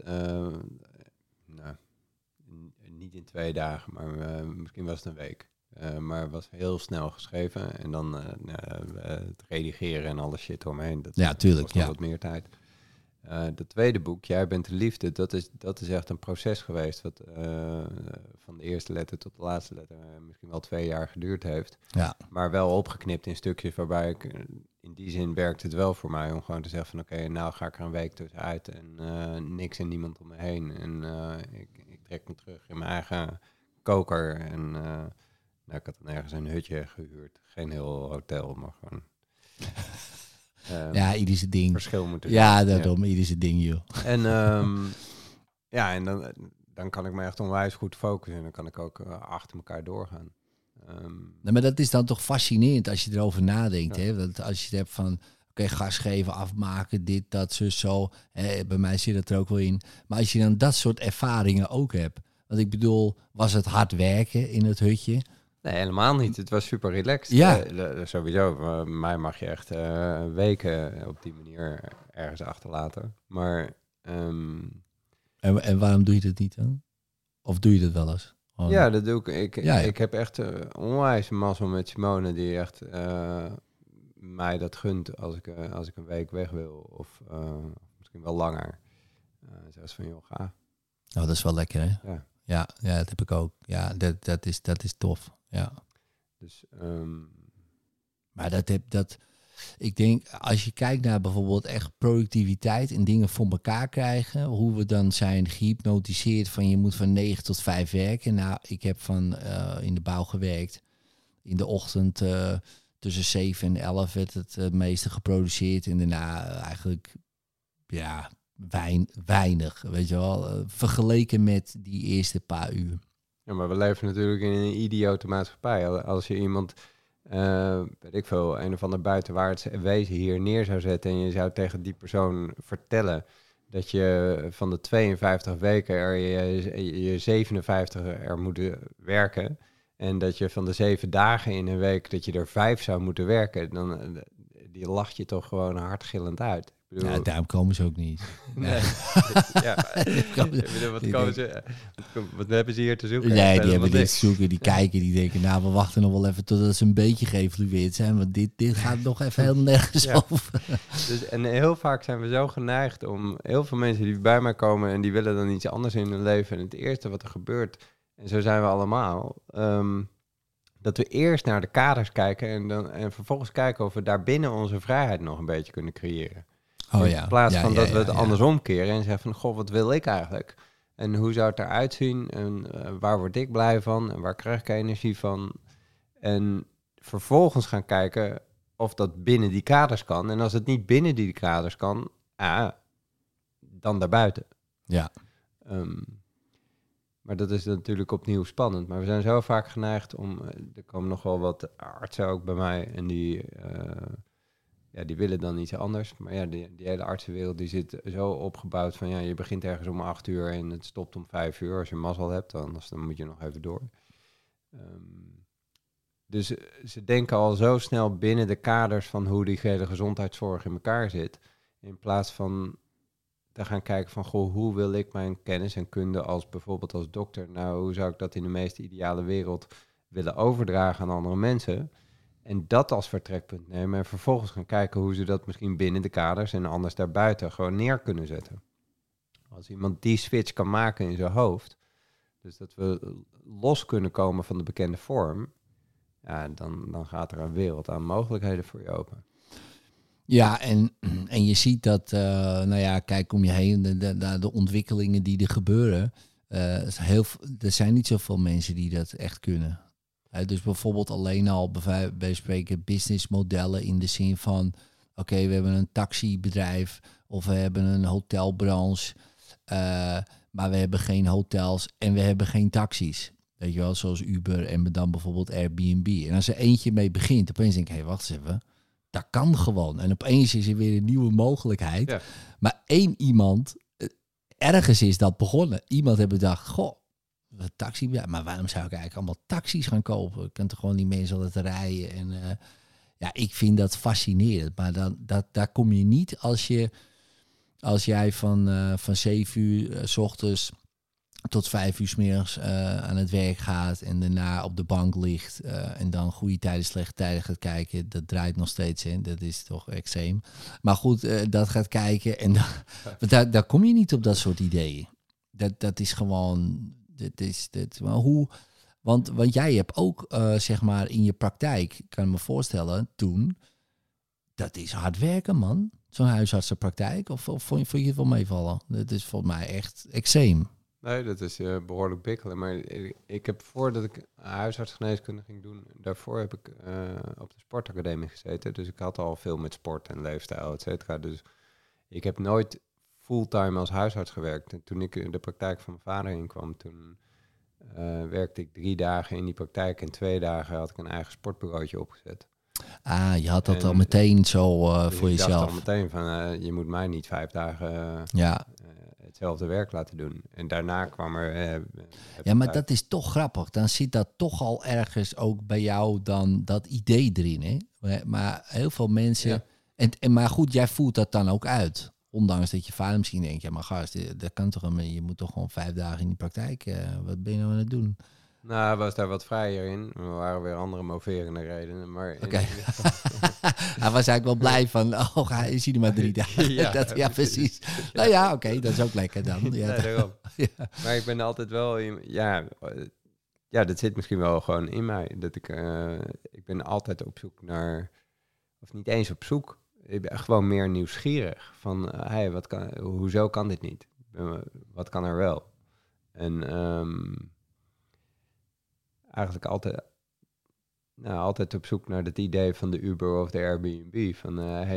niet in 2 dagen, maar misschien was het een week. Maar het was heel snel geschreven. En dan het redigeren en alle shit omheen. Dat kost nog wat meer tijd. Het tweede boek, Jij bent de liefde, dat is echt een proces geweest. Wat van de eerste letter tot de laatste letter misschien wel 2 jaar geduurd heeft.
Ja.
Maar wel opgeknipt in stukjes waarbij ik... In die zin werkt het wel voor mij om gewoon te zeggen van oké, nou ga ik er een week tussenuit en niks en niemand om me heen. En ik trek me terug in mijn eigen koker. En ik had dan ergens een hutje gehuurd. Geen heel hotel, maar gewoon...
ja, ieder zijn ding.
Verschil moeten
Ja, daarom, ieder zijn ding, joh.
En en dan kan ik me echt onwijs goed focussen. En dan kan ik ook achter elkaar doorgaan.
Nee, maar dat is dan toch fascinerend als je erover nadenkt.
Ja.
Hè? Dat als je het hebt van, oké, gas geven, afmaken, dit, dat, zo. Bij mij zit het er ook wel in. Maar als je dan dat soort ervaringen ook hebt. Want ik bedoel, was het hard werken in het hutje?
Nee, helemaal niet. Het was super relaxed.
Ja.
Sowieso. Mij mag je echt weken op die manier ergens achterlaten. Maar...
En waarom doe je dat niet dan? Of doe je dat wel eens?
Ja, dat doe ik.
Ja.
Ik heb echt onwijs mazzel met Simone, die echt mij dat gunt als ik een week weg wil. Of misschien wel langer. Zo is van, joh, ga.
Oh, dat is wel lekker, hè?
Ja.
Ja, dat heb ik ook. Ja, dat is tof. Ja.
Dus,
maar ik denk, als je kijkt naar bijvoorbeeld echt productiviteit en dingen voor elkaar krijgen, hoe we dan zijn gehypnotiseerd van je moet van 9 tot 5 werken. Nou, ik heb in de bouw gewerkt. In de ochtend tussen 7 en 11 werd het meeste geproduceerd en daarna eigenlijk, ja, weinig, weet je wel, vergeleken met die eerste paar uur.
ja, maar we leven natuurlijk in een idiote maatschappij. Als je iemand... weet ik veel, een of ander buitenwaarts wezen hier neer zou zetten en je zou tegen die persoon vertellen dat je van de 52 weken je 57 er moet werken en dat je van de 7 dagen in een week dat je er 5 zou moeten werken, dan die lacht je toch gewoon hardgillend uit. Ik bedoel,
Ja, daarom komen ze ook niet.
nee. Ja, wat hebben ze hier te zoeken?
Nee, die hebben
dit
dit zoeken, die kijken, die denken, nou, we wachten nog wel even totdat ze een beetje geëvalueerd zijn, want dit gaat nog even heel nergens over.
Dus, en heel vaak zijn we zo geneigd om heel veel mensen die bij mij komen en die willen dan iets anders in hun leven. En het eerste wat er gebeurt, en zo zijn we allemaal, dat we eerst naar de kaders kijken en vervolgens kijken of we daarbinnen onze vrijheid nog een beetje kunnen creëren.
Oh, ja.
In plaats van dat we het andersom keren en zeggen van, goh, wat wil ik eigenlijk? En hoe zou het eruit zien? En waar word ik blij van? En waar krijg ik energie van? En vervolgens gaan kijken of dat binnen die kaders kan. En als het niet binnen die kaders kan, dan daarbuiten.
Ja.
Maar dat is natuurlijk opnieuw spannend. Maar we zijn zo vaak geneigd om... er komen nog wel wat artsen ook bij mij. En die willen dan iets anders. Maar ja, die hele artsenwereld die zit zo opgebouwd van... ja, je begint ergens om 8 uur en het stopt om 5 uur. Als je mazzel hebt, anders dan moet je nog even door. Dus ze denken al zo snel binnen de kaders van hoe die hele gezondheidszorg in elkaar zit. In plaats van te gaan kijken van, goh, hoe wil ik mijn kennis en kunde bijvoorbeeld als dokter, nou, hoe zou ik dat in de meest ideale wereld willen overdragen aan andere mensen? En dat als vertrekpunt nemen en vervolgens gaan kijken hoe ze dat misschien binnen de kaders en anders daarbuiten gewoon neer kunnen zetten. Als iemand die switch kan maken in zijn hoofd, dus dat we los kunnen komen van de bekende vorm, ja, dan gaat er een wereld aan mogelijkheden voor je open.
Ja, en je ziet dat, kijk om je heen, de ontwikkelingen die er gebeuren. Er zijn niet zoveel mensen die dat echt kunnen. Dus bijvoorbeeld alleen al bij spreken businessmodellen in de zin van, oké, we hebben een taxibedrijf of we hebben een hotelbranche, maar we hebben geen hotels en we hebben geen taxis. Weet je wel, zoals Uber en dan bijvoorbeeld Airbnb. En als er eentje mee begint, opeens denk ik, hé, wacht eens even. Dat kan gewoon. En opeens is er weer een nieuwe mogelijkheid. Ja. Maar één iemand, ergens is dat begonnen. Iemand heeft bedacht, goh, taxi, maar waarom zou ik eigenlijk allemaal taxis gaan kopen? Ik kan toch gewoon niet mensen laten rijden. En ik vind dat fascinerend. Maar daar kom je niet als jij van 7 uur 's ochtends tot 5 uur 's middags aan het werk gaat en daarna op de bank ligt en dan goede tijden, slechte tijden gaat kijken. Dat draait nog steeds in. Dat is toch extreem. Maar goed, dat gaat kijken en daar kom je niet op dat soort ideeën. Dat is gewoon... Maar hoe... Want jij hebt ook, zeg maar, in je praktijk, kan ik me voorstellen, toen... Dat is hard werken, man. Zo'n huisartsenpraktijk. Of vond je het wel meevallen? Dat is volgens mij echt extreem.
Nee, dat is behoorlijk bikkelen. Maar ik heb voordat ik huisartsgeneeskunde ging doen, daarvoor heb ik op de sportacademie gezeten. Dus ik had al veel met sport en leefstijl, et cetera. Dus ik heb nooit fulltime als huisarts gewerkt. En toen ik in de praktijk van mijn vader inkwam, toen werkte ik 3 dagen in die praktijk. En 2 dagen had ik een eigen sportbureautje opgezet.
Ah, je had dat al meteen zo
dus
voor
ik
jezelf.
dacht al meteen van, je moet mij niet 5 dagen... hetzelfde werk laten doen. En daarna kwam er...
ja, maar dat is toch grappig. Dan zit dat toch al ergens ook bij jou dan dat idee erin, hè? Maar heel veel mensen... Ja. Maar goed, jij voelt dat dan ook uit. Ondanks dat je vader misschien denkt, ja, maar gast, dat kan toch... Je moet toch gewoon 5 dagen in die praktijk... wat ben je nou aan het doen?
Nou, was daar wat vrijer in. Er waren weer andere moverende redenen. Maar
hij was eigenlijk wel blij van, hij is hier maar 3 dagen. Ja, precies. Nou ja, oké, dat is ook lekker dan. Ja,
nee, daarom. Ja. Maar ik ben altijd wel... dat zit misschien wel gewoon in mij. Dat ik ben altijd op zoek naar... Of niet eens op zoek. Ik ben gewoon meer nieuwsgierig. Van, hoezo kan dit niet? Wat kan er wel? En... eigenlijk altijd op zoek naar het idee van de Uber of de Airbnb. Van,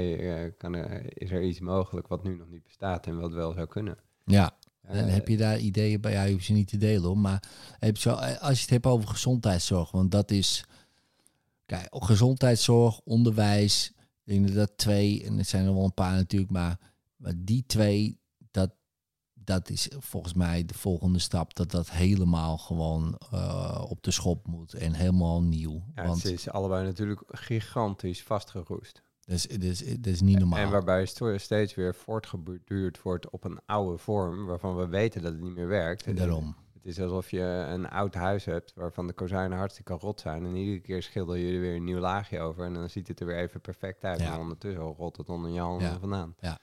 is er iets mogelijk wat nu nog niet bestaat en wat wel zou kunnen?
Ja, en heb je daar ideeën bij? Ja, je hoeft ze niet te delen, hoor. Maar als je het hebt over gezondheidszorg, want dat is... Kijk, gezondheidszorg, onderwijs, ik denk dat 2, en er zijn er wel een paar natuurlijk, maar die 2... Dat is volgens mij de volgende stap, dat helemaal gewoon op de schop moet en helemaal nieuw.
Ja, want het is allebei natuurlijk gigantisch vastgeroest.
Dus dat is niet normaal.
En waarbij steeds weer voortgeduurd wordt op een oude vorm, waarvan we weten dat het niet meer werkt.
En daarom.
Het is alsof je een oud huis hebt, waarvan de kozijnen hartstikke rot zijn. En iedere keer schilder je er weer een nieuw laagje over en dan ziet het er weer even perfect uit. Ja. En ondertussen rot het onder je handen vandaan.
Ja.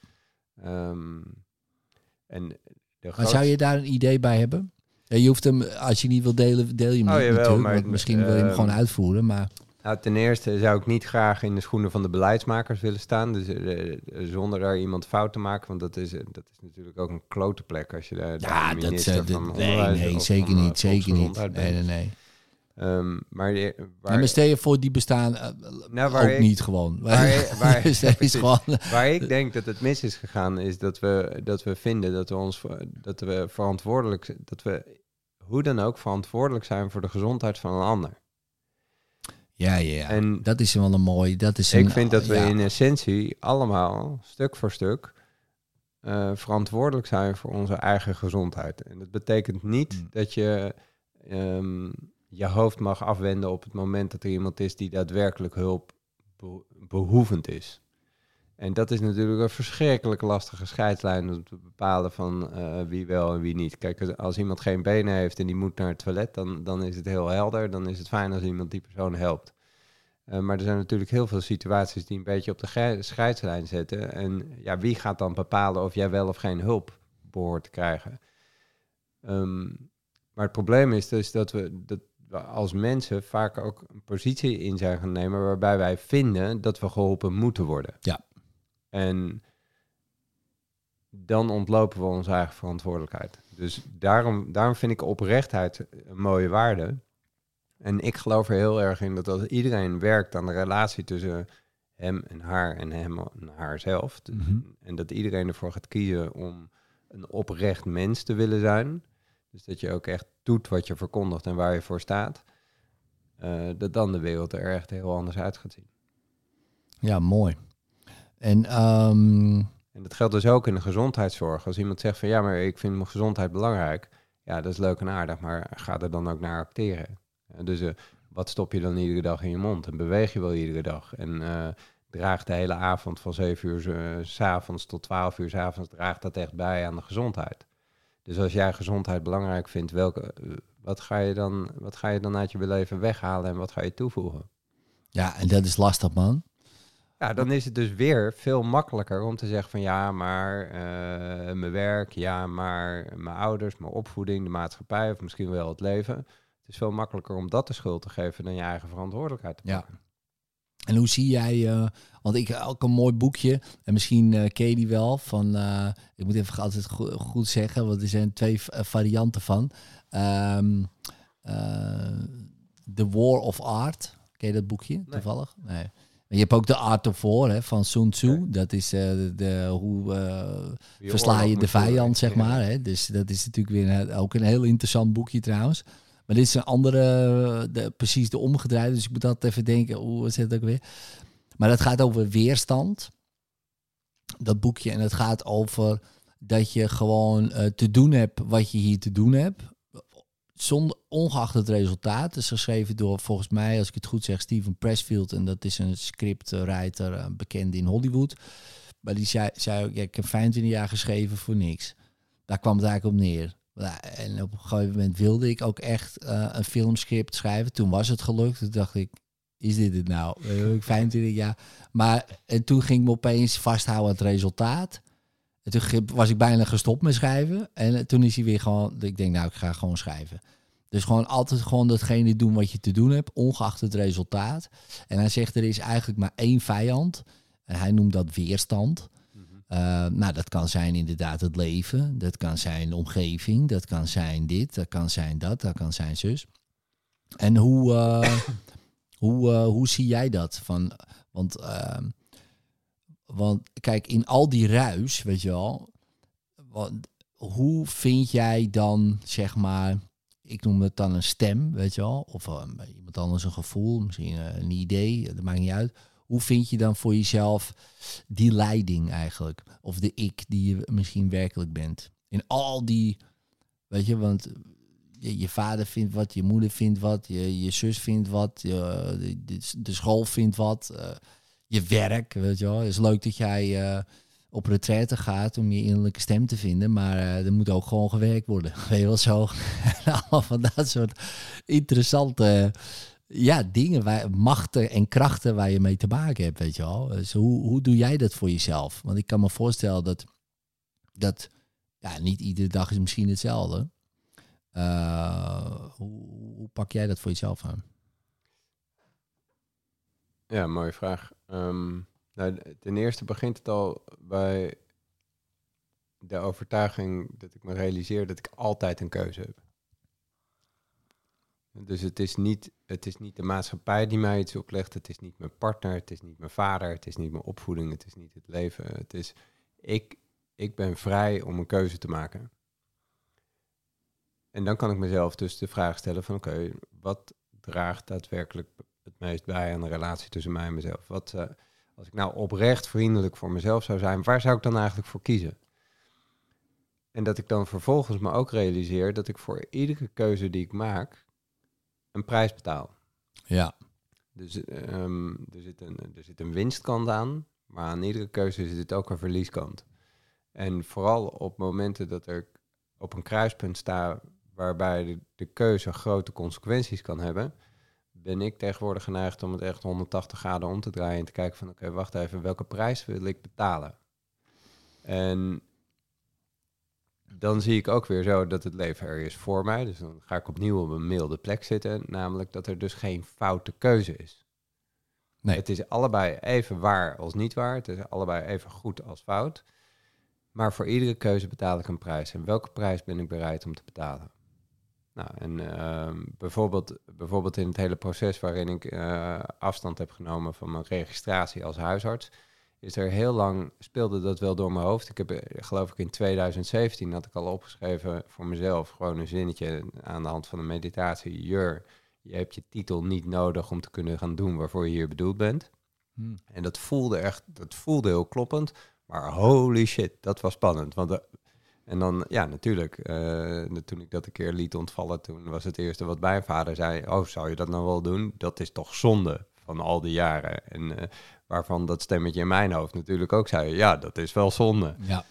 Maar
zou je daar een idee bij hebben? Ja, je hoeft hem, als je niet wil delen, deel je hem niet
jawel,
natuurlijk.
Maar,
misschien wil je hem gewoon uitvoeren, maar...
Nou, ten eerste zou ik niet graag in de schoenen van de beleidsmakers willen staan. Dus zonder daar iemand fout te maken. Want dat is natuurlijk ook een klote plek als je de minister van Onderwijs...
Nee,
of
zeker
van,
niet. Zeker niet.
bent.
Nee.
Maar
stel je voor, die bestaan ook niet gewoon.
Waar ik denk dat het mis is gegaan, is dat we vinden dat we verantwoordelijk... dat we hoe dan ook verantwoordelijk zijn voor de gezondheid van een ander.
Ja. En dat is wel een mooi...
Ik vind dat we in essentie allemaal, stuk voor stuk, verantwoordelijk zijn voor onze eigen gezondheid. En dat betekent niet dat je je hoofd mag afwenden op het moment dat er iemand is die daadwerkelijk hulp behoevend is. En dat is natuurlijk een verschrikkelijk lastige scheidslijn om te bepalen van wie wel en wie niet. Kijk, als iemand geen benen heeft en die moet naar het toilet, dan is het heel helder. Dan is het fijn als iemand die persoon helpt. Maar er zijn natuurlijk heel veel situaties die een beetje op de scheidslijn zetten. En ja, wie gaat dan bepalen of jij wel of geen hulp behoort te krijgen? Maar het probleem is dus dat we als mensen vaak ook een positie in zijn gaan nemen waarbij wij vinden dat we geholpen moeten worden.
Ja.
En dan ontlopen we onze eigen verantwoordelijkheid. Dus daarom vind ik oprechtheid een mooie waarde. En ik geloof er heel erg in dat als iedereen werkt aan de relatie tussen hem en haar en hem en haarzelf, en dat iedereen ervoor gaat kiezen om een oprecht mens te willen zijn, dus dat je ook echt doet wat je verkondigt en waar je voor staat, dat dan de wereld er echt heel anders uit gaat zien.
Ja, mooi. En
dat geldt dus ook in de gezondheidszorg. Als iemand zegt van ja, maar ik vind mijn gezondheid belangrijk. Ja, dat is leuk en aardig, maar ga er dan ook naar acteren. Dus wat stop je dan iedere dag in je mond? En beweeg je wel iedere dag? En draagt de hele avond van 7 uur 's avonds tot 12 uur 's avonds, draagt dat echt bij aan de gezondheid. Dus als jij gezondheid belangrijk vindt, wat ga je dan uit je leven weghalen en wat ga je toevoegen?
Ja, en dat is lastig, man.
Ja, dan is het dus weer veel makkelijker om te zeggen van ja, maar mijn werk, ja, maar mijn ouders, mijn opvoeding, de maatschappij of misschien wel het leven. Het is veel makkelijker om dat de schuld te geven dan je eigen verantwoordelijkheid te pakken.
Ja. En hoe zie jij, want ik ook een mooi boekje, en misschien ken je die wel, van, ik moet even altijd goed zeggen, want er zijn 2 varianten van. The War of Art, ken je dat boekje toevallig? Nee. Je hebt ook de Art of War van Sun Tzu. Okay. Dat is hoe versla je de vijand, zeg maar. Hè? Dus dat is natuurlijk weer ook een heel interessant boekje trouwens. Maar dit is een andere, precies de omgedraaide. Dus ik moet altijd even denken, wat zit dat ook weer? Maar dat gaat over weerstand. Dat boekje. En het gaat over dat je gewoon te doen hebt wat je hier te doen hebt. Ongeacht het resultaat. Het is geschreven door, volgens mij, als ik het goed zeg, Steven Pressfield. En dat is een scriptwriter, bekend in Hollywood. Maar die zei ook, ik heb 25 jaar geschreven voor niks. Daar kwam het eigenlijk op neer. En op een gegeven moment wilde ik ook echt een filmscript schrijven. Toen was het gelukt. Toen dacht ik, is dit het nou? 25 jaar. Maar en toen ging ik me opeens vasthouden aan het resultaat. En toen was ik bijna gestopt met schrijven. En toen is hij weer gewoon, ik denk nou, ik ga gewoon schrijven. Dus gewoon altijd gewoon datgene doen wat je te doen hebt, ongeacht het resultaat. En hij zegt, er is eigenlijk maar 1 vijand. En hij noemt dat weerstand. Nou, dat kan zijn inderdaad het leven. Dat kan zijn de omgeving. Dat kan zijn dit. Dat kan zijn dat kan zijn zus. En hoe zie jij dat? Want kijk, in al die ruis, weet je wel, hoe vind jij dan, zeg maar, ik noem het dan een stem, weet je wel, of iemand anders een gevoel, misschien een idee, dat maakt niet uit. Hoe vind je dan voor jezelf die leiding eigenlijk? Of de ik die je misschien werkelijk bent? In al die, weet je, want je vader vindt wat, je moeder vindt wat, je zus vindt wat, de school vindt wat, je werk, weet je wel. Het is leuk dat jij op retraite gaat om je innerlijke stem te vinden, maar er moet ook gewoon gewerkt worden. Weet je wel zo? Allemaal van dat soort interessante dingen, machten en krachten waar je mee te maken hebt, weet je wel. Dus hoe doe jij dat voor jezelf? Want ik kan me voorstellen dat niet iedere dag is misschien hetzelfde. Hoe pak jij dat voor jezelf aan?
Ja, mooie vraag. Nou, ten eerste begint het al bij de overtuiging dat ik me realiseer dat ik altijd een keuze heb. Dus het is niet de maatschappij die mij iets oplegt. Het is niet mijn partner, het is niet mijn vader, het is niet mijn opvoeding, het is niet het leven. Het is, ik ben vrij om een keuze te maken. En dan kan ik mezelf dus de vraag stellen van oké, wat draagt daadwerkelijk het meest bij aan de relatie tussen mij en mezelf? Als ik nou oprecht vriendelijk voor mezelf zou zijn, waar zou ik dan eigenlijk voor kiezen? En dat ik dan vervolgens me ook realiseer dat ik voor iedere keuze die ik maak een prijs betaal.
Ja.
Dus er zit een winstkant aan, maar aan iedere keuze zit ook een verlieskant. En vooral op momenten dat ik op een kruispunt sta waarbij de keuze grote consequenties kan hebben, ben ik tegenwoordig geneigd om het echt 180 graden om te draaien en te kijken van oké, wacht even, welke prijs wil ik betalen? En dan zie ik ook weer zo dat het leven er is voor mij. Dus dan ga ik opnieuw op een milde plek zitten, namelijk dat er dus geen foute keuze is.
Nee.
Het is allebei even waar als niet waar. Het is allebei even goed als fout. Maar voor iedere keuze betaal ik een prijs. En welke prijs ben ik bereid om te betalen? Nou, en bijvoorbeeld in het hele proces waarin ik afstand heb genomen van mijn registratie als huisarts, is er heel lang, speelde dat wel door mijn hoofd. Ik heb, geloof ik in 2017 had ik al opgeschreven voor mezelf, gewoon een zinnetje aan de hand van een meditatie. Je hebt je titel niet nodig om te kunnen gaan doen waarvoor je hier bedoeld bent. En dat voelde heel kloppend. Maar holy shit, dat was spannend. En dan, ja, natuurlijk, toen ik dat een keer liet ontvallen, toen was het eerste wat mijn vader zei, oh, zou je dat nou wel doen? Dat is toch zonde van al die jaren. En waarvan dat stemmetje in mijn hoofd natuurlijk ook zei, ja, dat is wel zonde.
Ja.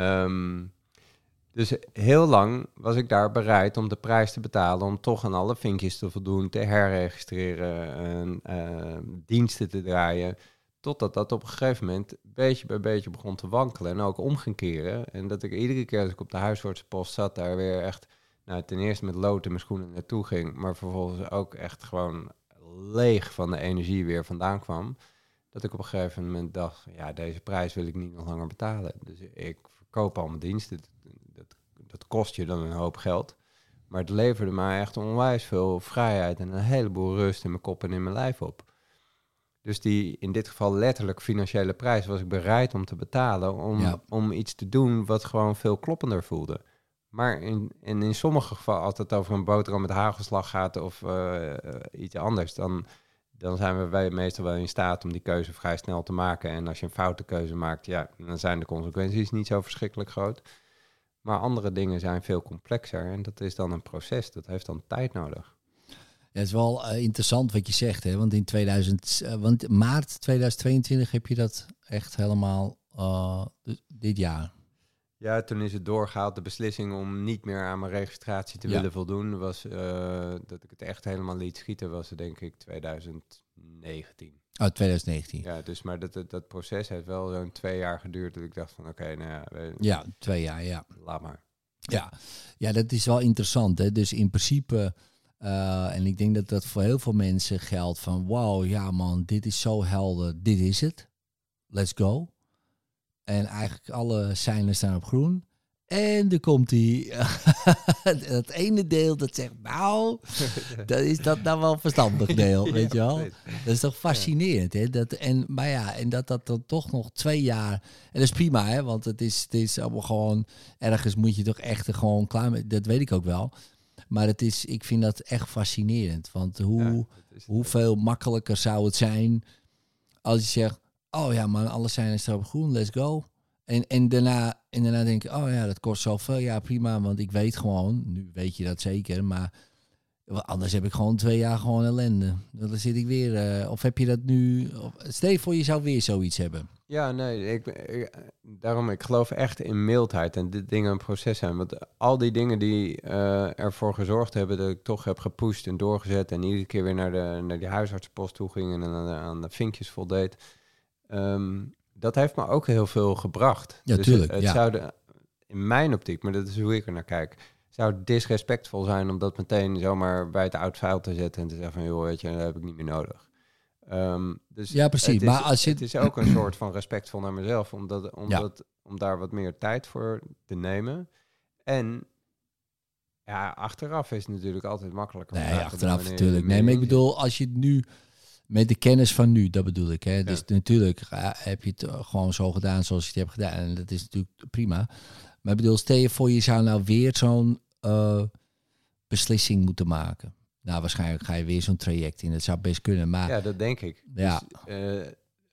Dus heel lang was ik daar bereid om de prijs te betalen, om toch aan alle vinkjes te voldoen, te herregistreren, diensten te draaien. Totdat dat op een gegeven moment beetje bij beetje begon te wankelen en ook om ging keren. En dat ik iedere keer als ik op de huisartsenpost zat, daar weer echt, nou, ten eerste met lood in mijn schoenen naartoe ging, maar vervolgens ook echt gewoon leeg van de energie weer vandaan kwam. Dat ik op een gegeven moment dacht, ja, deze prijs wil ik niet nog langer betalen. Dus ik verkoop al mijn diensten. Dat kost je dan een hoop geld. Maar het leverde mij echt onwijs veel vrijheid en een heleboel rust in mijn kop en in mijn lijf op. Dus die, in dit geval letterlijk financiële prijs, was ik bereid om te betalen om iets te doen wat gewoon veel kloppender voelde. Maar in sommige gevallen, als het over een boterham met hagelslag gaat of iets anders, dan zijn we meestal wel in staat om die keuze vrij snel te maken. En als je een foute keuze maakt, ja, dan zijn de consequenties niet zo verschrikkelijk groot. Maar andere dingen zijn veel complexer en dat is dan een proces. Dat heeft dan tijd nodig.
Ja, het is wel interessant wat je zegt, hè? Want want maart 2022 heb je dat echt helemaal dit jaar.
Ja, toen is het doorgehaald. De beslissing om niet meer aan mijn registratie te willen voldoen was dat ik het echt helemaal liet schieten, was denk ik 2019.
Oh, 2019.
Ja, dus maar dat proces heeft wel zo'n 2 jaar geduurd dat ik dacht van oké, nou ja.
Ja, 2 jaar, ja.
Laat maar.
Ja, dat is wel interessant, hè? Dus in principe, en ik denk dat dat voor heel veel mensen geldt van wauw, ja man, dit is zo helder, dit is het. Let's go. En eigenlijk alle seinen staan op groen. En er komt dat ene deel dat zegt, nou, is dat nou wel een verstandig deel, weet je wel? Dat is toch fascinerend, hè? En dat dan toch nog 2 jaar... En dat is prima, hè? Want het is allemaal gewoon... Ergens moet je toch echt er gewoon klaar mee... Dat weet ik ook wel. Maar ik vind dat echt fascinerend. Want hoeveel makkelijker zou het zijn als je zegt... Oh ja, man, alles zijn er op groen, let's go. En daarna denk ik, oh ja, dat kost zoveel. Ja, prima, want ik weet gewoon, nu weet je dat zeker, maar anders heb ik gewoon 2 jaar gewoon ellende. Dan zit ik weer, of heb je dat nu, stel je voor je zou weer zoiets hebben.
Ja, nee, ik geloof echt in mildheid en dit dingen een proces zijn. Want al die dingen die ervoor gezorgd hebben dat ik toch heb gepusht en doorgezet en iedere keer weer naar die huisartsenpost toe ging en aan de vinkjes voldeed. Dat heeft me ook heel veel gebracht.
Ja,
dus
tuurlijk.
Het zou in mijn optiek, maar dat is hoe ik er naar kijk, zou het disrespectvol zijn om dat meteen zomaar bij het oud vuil te zetten en te zeggen van joh, weet je, dat heb ik niet meer nodig. Dus
Ja, precies.
Het is,
Maar als je...
het is ook een soort van respectvol naar mezelf, om daar wat meer tijd voor te nemen. En ja, achteraf is het natuurlijk altijd makkelijker.
Nee, achteraf natuurlijk. Nee, maar ik bedoel, als je het nu... Met de kennis van nu, dat bedoel ik. Hè? Ja. Dus natuurlijk heb je het gewoon zo gedaan zoals je het hebt gedaan. En dat is natuurlijk prima. Maar ik bedoel, stel je voor, je zou nou weer zo'n beslissing moeten maken. Nou, waarschijnlijk ga je weer zo'n traject in. Dat zou best kunnen, maar...
Ja, dat denk ik.
Ja.
Dus,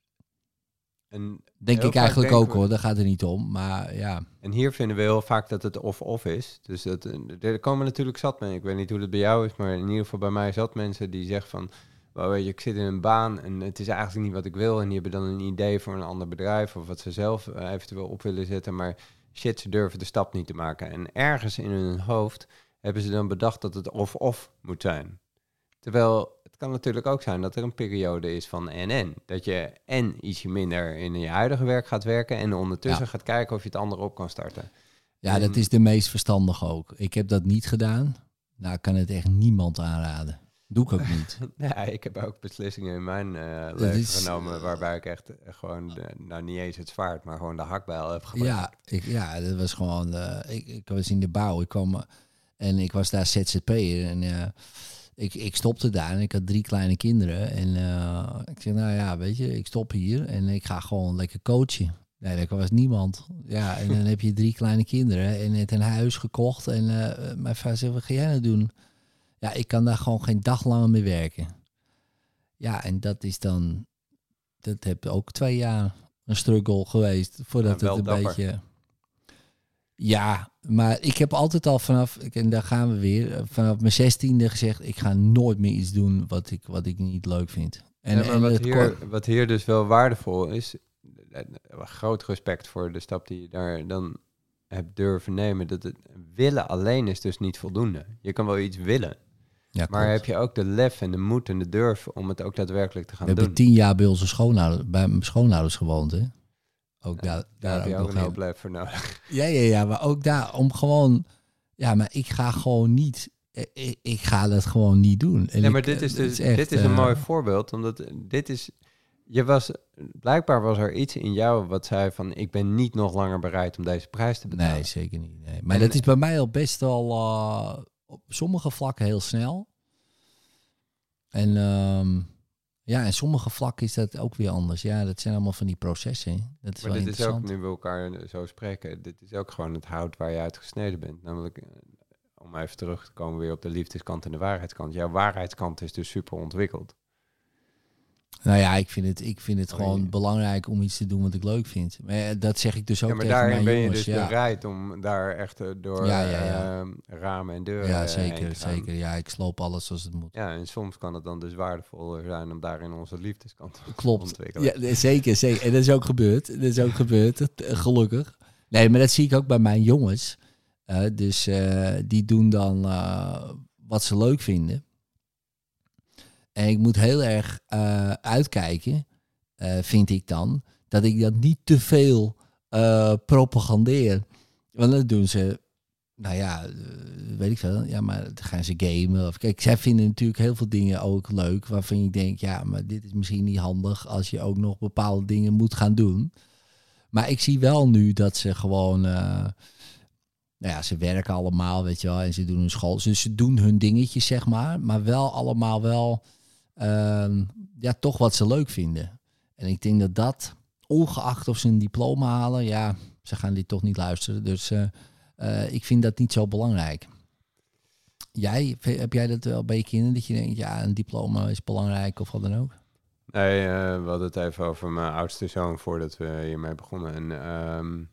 denk ik eigenlijk ook, hoor. Daar gaat het niet om, maar ja.
En hier vinden we heel vaak dat het of-of is. Dus er komen natuurlijk zat mensen. Ik weet niet hoe het bij jou is, maar in ieder geval bij mij zat mensen die zeggen van... Weet je, ik zit in een baan en het is eigenlijk niet wat ik wil. En die hebben dan een idee voor een ander bedrijf of wat ze zelf eventueel op willen zetten. Maar shit, ze durven de stap niet te maken. En ergens in hun hoofd hebben ze dan bedacht dat het of-of moet zijn. Terwijl het kan natuurlijk ook zijn dat er een periode is van en. Dat je ietsje minder in je huidige werk gaat werken en ondertussen gaat kijken of je het andere op kan starten.
Ja, en dat is de meest verstandige ook. Ik heb dat niet gedaan. Nou, ik kan het echt niemand aanraden. Doe ik ook niet.
Ja, ik heb ook beslissingen in mijn leven genomen waarbij ik echt gewoon, nou niet eens het zwaard, maar gewoon de hakbijl heb gebruikt.
Ja, dat was gewoon, ik was in de bouw, en ik was daar ZZP'er en ik stopte daar en ik had 3 kleine kinderen en ik zei, nou ja, weet je, ik stop hier en ik ga gewoon lekker coachen. Nee, er was niemand. Ja, en dan heb je 3 kleine kinderen en net een huis gekocht en mijn vader zei, wat ga jij nou doen? Ja, ik kan daar gewoon geen dag langer mee werken. Ja, en dat is dan... Dat heb ook 2 jaar een struggle geweest voordat het een beetje... Ja, maar ik heb altijd al en daar gaan we weer, vanaf mijn 16e gezegd, ik ga nooit meer iets doen wat ik niet leuk vind.
Wat hier dus wel waardevol is, groot respect voor de stap die je daar dan hebt durven nemen. Dat het willen alleen is dus niet voldoende. Je kan wel iets willen. Ja, maar heb je ook de lef en de moed en de durf om het ook daadwerkelijk te gaan doen?
We hebben 10 jaar bij onze bij mijn schoonouders gewoond, hè? Ook daar
heb je ook een hoop lef voor nodig.
Ja, maar ook daar om gewoon... Ja, maar ik ga gewoon niet... Ik ga dat gewoon niet doen. En
maar dit is dus dit is een mooi voorbeeld, omdat dit is... Blijkbaar was er iets in jou wat zei van... ik ben niet nog langer bereid om deze prijs te betalen.
Nee, zeker niet. Nee. Maar dat is bij mij al best wel... op sommige vlakken heel snel. En in sommige vlakken is dat ook weer anders. Ja, dat zijn allemaal van die processen. Dat is maar wel dit is ook,
nu we elkaar zo spreken... dit is ook gewoon het hout waar je uit gesneden bent. Namelijk, om even terug te komen weer op de liefdeskant en de waarheidskant. Jouw waarheidskant is dus super ontwikkeld.
Nou ja, ik vind het gewoon belangrijk om iets te doen wat ik leuk vind. Maar dat zeg ik dus ook tegen mijn jongens.
Maar daarin ben je dus bereid om daar echt door ramen en deuren
Ja, zeker. Ja, ik sloop alles zoals het moet.
Ja, en soms kan het dan dus waardevoller zijn om daarin onze liefdeskant te ontwikkelen.
Ja, zeker. En dat is ook gebeurd. Gelukkig. Nee, maar dat zie ik ook bij mijn jongens. Dus die doen dan wat ze leuk vinden. En ik moet heel erg uitkijken, vind ik dan, dat ik dat niet te veel propagandeer. Want dan doen ze, nou ja, weet ik veel, ja, maar dan gaan ze gamen. Of, kijk, zij vinden natuurlijk heel veel dingen ook leuk, waarvan je denkt, ja, maar dit is misschien niet handig als je ook nog bepaalde dingen moet gaan doen. Maar ik zie wel nu dat ze gewoon, ze werken allemaal, weet je wel, en ze doen hun school. Dus ze doen hun dingetjes, zeg maar wel allemaal wel... toch wat ze leuk vinden. En ik denk dat ongeacht of ze een diploma halen, ja, ze gaan dit toch niet luisteren. Dus ik vind dat niet zo belangrijk. Heb jij dat wel bij je kinderen, dat je denkt, ja, een diploma is belangrijk of wat dan ook?
Nee, we hadden het even over mijn oudste zoon voordat we hiermee begonnen. En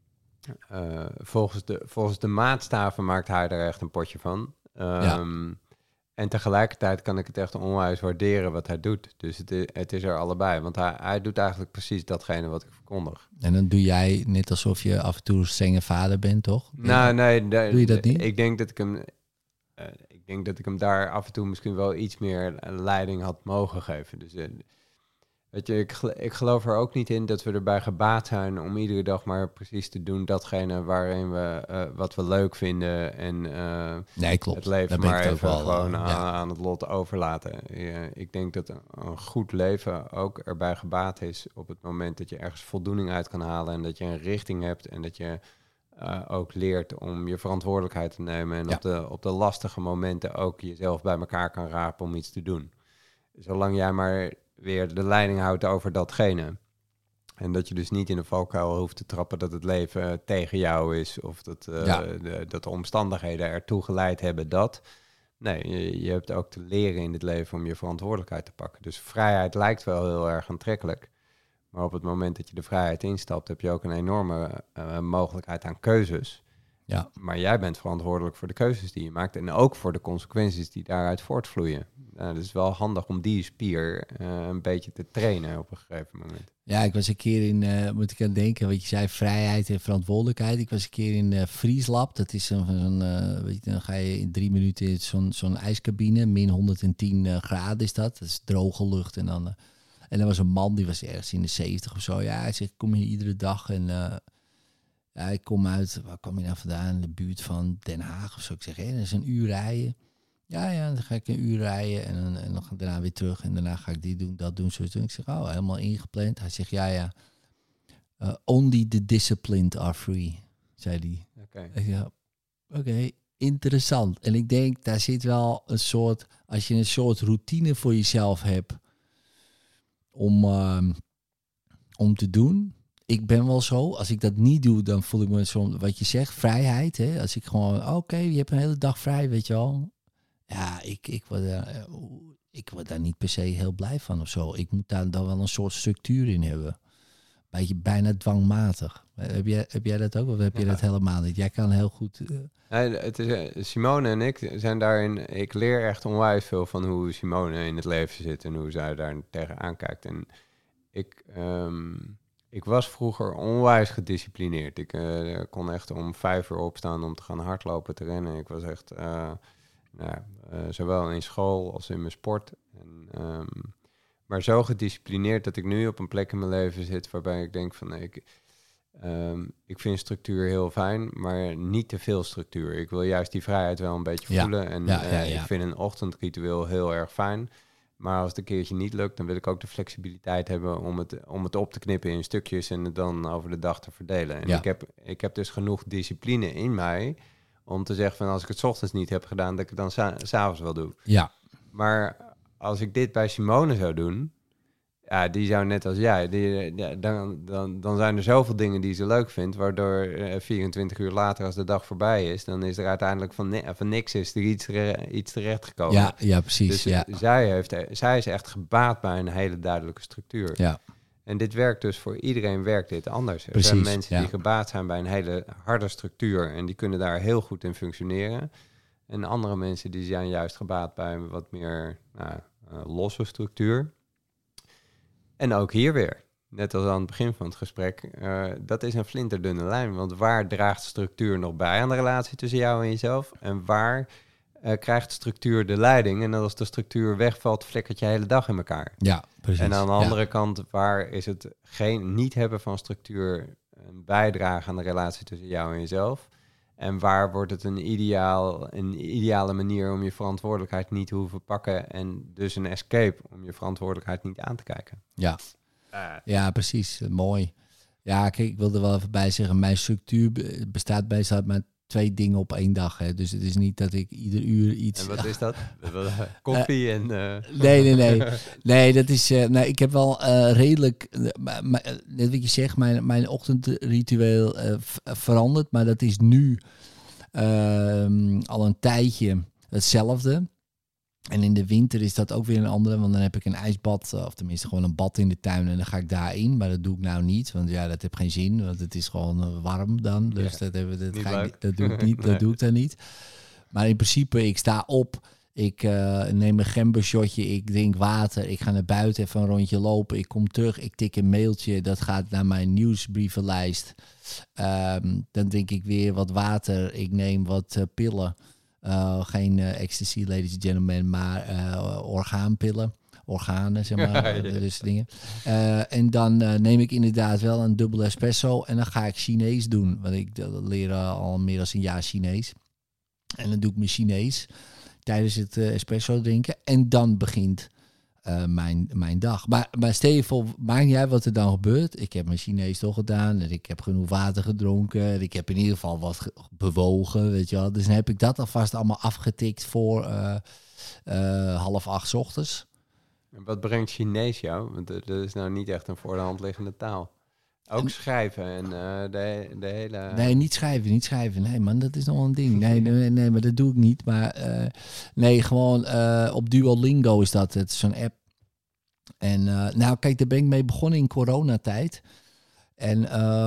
volgens de maatstaven maakt hij er echt een potje van. En tegelijkertijd kan ik het echt onwijs waarderen wat hij doet. Dus het is er allebei. Want hij doet eigenlijk precies datgene wat ik verkondig.
En dan doe jij net alsof je af en toe strenge vader bent, toch?
Nee.
Doe je dat niet?
Ik denk dat ik hem daar af en toe misschien wel iets meer leiding had mogen geven. Dus
Weet je, ik geloof er ook niet in dat we erbij gebaat zijn om iedere dag maar precies te doen datgene waarin we wat we leuk vinden en
Nee, klopt.
het leven
Daar ben ik
maar
het ook
even
wel,
gewoon
ja.
aan het lot overlaten. Ik denk dat een goed leven ook erbij gebaat is op het moment dat je ergens voldoening uit kan halen en dat je een richting hebt en dat je ook leert om je verantwoordelijkheid te nemen en op de lastige momenten ook jezelf bij elkaar kan rapen om iets te doen. Zolang jij maar weer de leiding houdt over datgene. En dat je dus niet in een valkuil hoeft te trappen dat het leven tegen jou is of dat, dat de omstandigheden ertoe geleid hebben dat. Nee, je hebt ook te leren in het leven om je verantwoordelijkheid te pakken. Dus vrijheid lijkt wel heel erg aantrekkelijk. Maar op het moment dat je de vrijheid instapt, heb je ook een enorme mogelijkheid aan keuzes.
Ja.
Maar jij bent verantwoordelijk voor de keuzes die je maakt en ook voor de consequenties die daaruit voortvloeien. Het is wel handig om die spier een beetje te trainen op een gegeven moment.
Ja, ik was een keer in, moet ik aan denken, wat je zei, vrijheid en verantwoordelijkheid. Ik was een keer in Vrieslab. Dat is weet je, dan ga je in 3 minuten in zo'n ijskabine. Min 110 graden is dat. Dat is droge lucht. En er was een man, die was ergens in de 70 of zo. Ja, hij zegt, ik kom hier iedere dag en ja, ik kom uit, waar kwam je nou vandaan? In de buurt van Den Haag of zo. Ik zeg, dat is een uur rijden. Ja, dan ga ik een uur rijden en dan ga ik daarna weer terug. En daarna ga ik dit doen, dat doen, zo doen. Ik zeg, helemaal ingepland. Hij zegt, ja. Only the disciplined are free, zei hij.
Okay.
Ja, oké, interessant. En ik denk, daar zit wel een soort, als je een soort routine voor jezelf hebt om te doen. Ik ben wel zo, als ik dat niet doe, dan voel ik me zo, wat je zegt, vrijheid. Hè? Als ik gewoon, oké, je hebt een hele dag vrij, weet je wel. Ja, ik word daar niet per se heel blij van of zo. Ik moet daar dan wel een soort structuur in hebben. Bijna dwangmatig. Heb jij dat ook of heb je dat helemaal niet? Jij kan heel goed...
Simone en ik zijn daarin... Ik leer echt onwijs veel van hoe Simone in het leven zit en hoe zij daar tegenaan kijkt. En ik was vroeger onwijs gedisciplineerd. Ik kon echt om 5 uur opstaan om te gaan hardlopen, te rennen. Ik was echt... zowel in school als in mijn sport. Maar zo gedisciplineerd dat ik nu op een plek in mijn leven zit waarbij ik denk van nee, ik vind structuur heel fijn, maar niet te veel structuur. Ik wil juist die vrijheid wel een beetje voelen. En ik vind een ochtendritueel heel erg fijn. Maar als het een keertje niet lukt, dan wil ik ook de flexibiliteit hebben om het op te knippen in stukjes en het dan over de dag te verdelen. En ik heb dus genoeg discipline in mij om te zeggen van als ik het 's ochtends niet heb gedaan, dat ik het dan 's avonds wel doe.
Ja.
Maar als ik dit bij Simone zou doen, ja, die zou net als jij, dan zijn er zoveel dingen die ze leuk vindt, waardoor 24 uur later, als de dag voorbij is, dan is er uiteindelijk van niks is er iets terechtgekomen.
Ja, precies.
Dus zij is echt gebaat bij een hele duidelijke structuur.
Ja.
En dit werkt dus voor iedereen, werkt dit anders. Er
Precies,
zijn mensen die gebaat zijn bij een hele harde structuur en die kunnen daar heel goed in functioneren. En andere mensen die zijn juist gebaat bij een wat meer losse structuur. En ook hier weer, net als aan het begin van het gesprek, dat is een flinterdunne lijn. Want waar draagt structuur nog bij aan de relatie tussen jou en jezelf? En waar krijgt structuur de leiding? En als de structuur wegvalt, flikkert je hele dag in elkaar.
Ja, precies.
En aan de andere kant, waar is het niet hebben van structuur een bijdrage aan de relatie tussen jou en jezelf? En waar wordt het een ideale manier om je verantwoordelijkheid niet te hoeven pakken en dus een escape om je verantwoordelijkheid niet aan te kijken?
Ja, precies. Mooi. Ja, kijk, ik wilde er wel even bij zeggen, mijn structuur bestaat meestal uit maar 2 dingen op 1 dag. Hè. Dus het is niet dat ik ieder uur iets...
En wat is dat? Koffie en...
Nee, dat is... ik heb wel redelijk... net wat je zegt, mijn ochtendritueel veranderd. Maar dat is nu al een tijdje hetzelfde. En in de winter is dat ook weer een andere, want dan heb ik een ijsbad, of tenminste gewoon een bad in de tuin en dan ga ik daarin. Maar dat doe ik nou niet, want ja, dat heeft geen zin, want het is gewoon warm dan. Dus dat doe ik dan niet. Maar in principe, ik sta op, ik neem een gembershotje, ik drink water, ik ga naar buiten even een rondje lopen, ik kom terug, ik tik een mailtje, dat gaat naar mijn nieuwsbrievenlijst. Dan drink ik weer wat water, ik neem wat pillen. Geen ecstasy, ladies and gentlemen, maar orgaanpillen. organen, zeg maar.
Ja.
Dus dingen. En dan neem ik inderdaad wel een dubbele espresso en dan ga ik Chinees doen. Want ik leer al meer dan een jaar Chinees. En dan doe ik mijn Chinees tijdens het espresso drinken. En dan begint mijn dag. Maar stel je voor, maakt niet uit wat er dan gebeurt. Ik heb mijn Chinees toch gedaan. En ik heb genoeg water gedronken. En ik heb in ieder geval wat bewogen, weet je wel. Dus dan heb ik dat alvast allemaal afgetikt voor 7:30 's ochtends.
En wat brengt Chinees jou? Want dat is nou niet echt een voor de hand liggende taal. Ook schrijven en de hele...
Nee, niet schrijven. Nee, man, dat is nog een ding. Nee, maar dat doe ik niet. Maar nee, gewoon op Duolingo is dat. Het is zo'n app. En nou, kijk, daar ben ik mee begonnen in coronatijd. En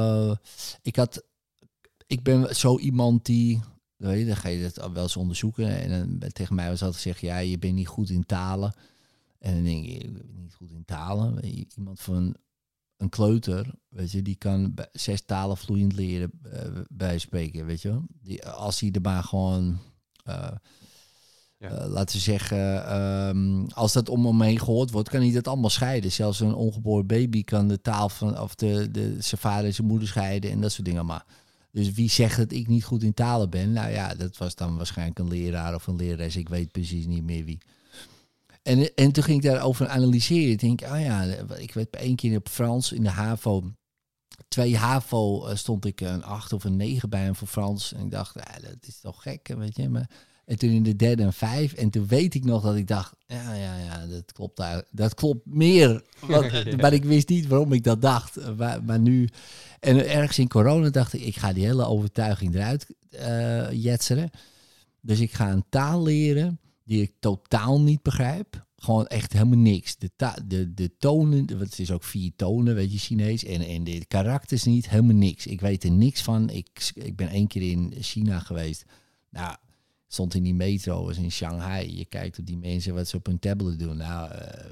ik ben zo iemand die... Weet je, dan ga je dat wel eens onderzoeken. En tegen mij was altijd gezegd, ja, je bent niet goed in talen. En dan denk ik ben niet goed in talen. Iemand van een kleuter, weet je, die kan 6 talen vloeiend leren bij spreken, weet je wel. Als hij er maar gewoon, laten we zeggen, als dat om hem heen gehoord wordt, kan hij dat allemaal scheiden. Zelfs een ongeboren baby kan de taal van, of zijn vader en zijn moeder scheiden en dat soort dingen maar. Dus wie zegt dat ik niet goed in talen ben? Nou ja, dat was dan waarschijnlijk een leraar of een lerares. Ik weet precies niet meer wie. En toen ging ik daarover analyseren. Ik denk, ik weet 1 keer op Frans in de HAVO. 2 HAVO stond ik een 8 of een 9 bij hem voor Frans. En ik dacht, dat is toch gek, weet je. Maar, en toen in de 3e en 5. En toen weet ik nog dat ik dacht, dat klopt daar. Dat klopt meer. Maar ik wist niet waarom ik dat dacht. Maar nu... En ergens in corona dacht ik ga die hele overtuiging eruit jetseren. Dus ik ga een taal leren die ik totaal niet begrijp. Gewoon echt helemaal niks. De tonen, het is ook 4 tonen, weet je, Chinees. En de karakters niet, helemaal niks. Ik weet er niks van. Ik ben 1 keer in China geweest. Nou, stond in die metro, was in Shanghai. Je kijkt op die mensen wat ze op hun tablet doen. Nou,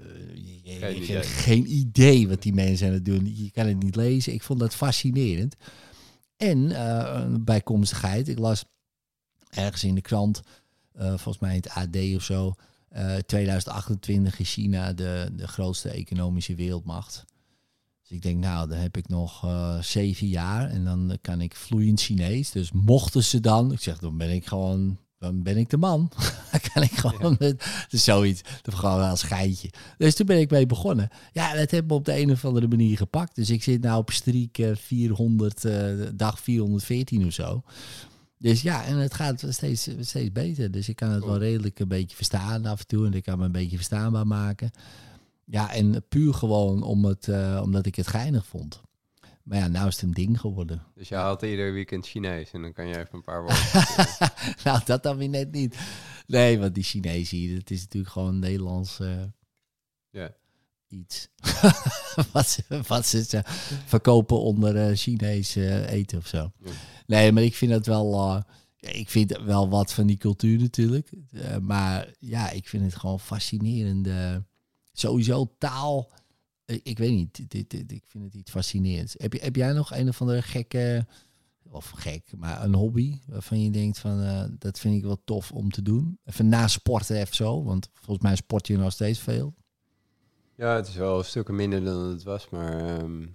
geen idee wat die mensen aan het doen. Je kan het niet lezen. Ik vond dat fascinerend. En bijkomstigheid, ik las ergens in de krant, volgens mij het AD of zo, 2028 is China de grootste economische wereldmacht. Dus ik denk, nou, dan heb ik nog 7 jaar en dan kan ik vloeiend Chinees. Dus mochten ze dan, ik zeg, dan ben ik de man. Dan kan ik gewoon, dus zoiets, dat gewoon wel een schijntje. Dus toen ben ik mee begonnen. Ja, dat heeft me op de een of andere manier gepakt. Dus ik zit nou op streak 400, dag 414 of zo. Dus ja, en het gaat steeds beter. Dus ik kan het wel redelijk een beetje verstaan af en toe. En ik kan me een beetje verstaanbaar maken. Ja, en puur gewoon omdat ik het geinig vond. Maar ja, nou is het een ding geworden.
Dus je haalt ieder weekend Chinees en dan kan je even een paar woorden.
Nou, dat dan weer net niet. Nee, want die Chinezen hier, het is natuurlijk gewoon Nederlands iets. wat ze verkopen onder Chinees eten of zo. Ja. Nee, maar ik vind het wel... ik vind wel wat van die cultuur natuurlijk. Maar ja, ik vind het gewoon fascinerend. Sowieso taal... Ik weet niet, ik vind het iets fascinerends. Heb jij nog een of andere gekke, of gek, maar een hobby waarvan je denkt van, dat vind ik wel tof om te doen? Even na sporten even zo, want volgens mij sport je nog steeds veel.
Ja, het is wel stukken minder dan het was, maar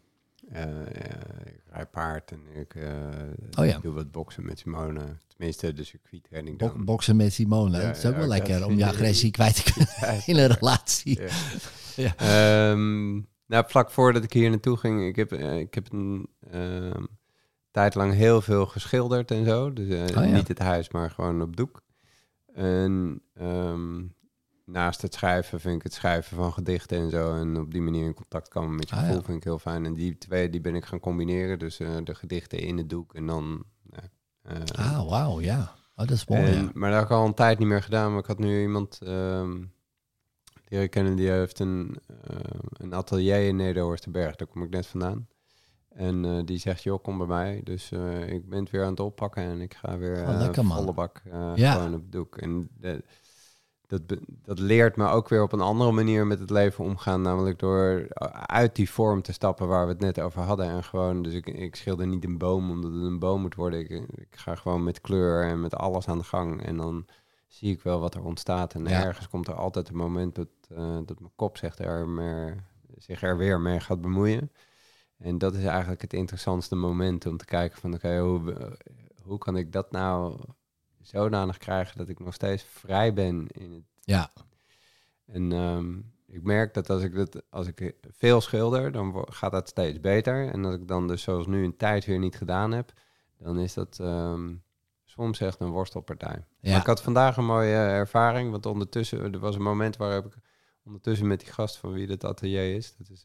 ik rij paard en ik doe wat boksen met Simone. Tenminste, de circuittraining.
Boksen met Simone, dat is ook wel lekker om je agressie kwijt te kunnen in een relatie. Ja.
Ja. Nou, vlak voordat ik hier naartoe ging, ik heb een tijd lang heel veel geschilderd en zo. Dus niet het huis, maar gewoon op doek. En naast het schrijven vind ik het schrijven van gedichten en zo. En op die manier in contact komen met je gevoel vind ik heel fijn. En die 2, die ben ik gaan combineren. Dus de gedichten in het doek en dan...
wauw, ja. Oh, dat is mooi,
Maar dat heb ik al een tijd niet meer gedaan. Maar ik had nu iemand... leren kennen, die heeft een atelier in Nederhorsterberg. Daar kom ik net vandaan. En die zegt, joh, kom bij mij. Dus ik ben het weer aan het oppakken en ik ga weer volle bak gewoon op doek. En dat leert me ook weer op een andere manier met het leven omgaan. Namelijk door uit die vorm te stappen waar we het net over hadden. En gewoon, dus ik schilder niet een boom omdat het een boom moet worden. Ik ga gewoon met kleur en met alles aan de gang. En dan zie ik wel wat er ontstaat. En ergens komt er altijd een moment dat mijn kop zich er weer mee gaat bemoeien. En dat is eigenlijk het interessantste moment om te kijken van oké, hoe kan ik dat nou zodanig krijgen dat ik nog steeds vrij ben in het.
Ja.
En ik merk dat als ik veel schilder, dan gaat dat steeds beter. En als ik dan dus zoals nu een tijd weer niet gedaan heb, dan is dat soms echt een worstelpartij.
Ja.
Maar ik had vandaag een mooie ervaring, want ondertussen, er was een moment waarop ik ondertussen met die gast van wie dit atelier is, dat is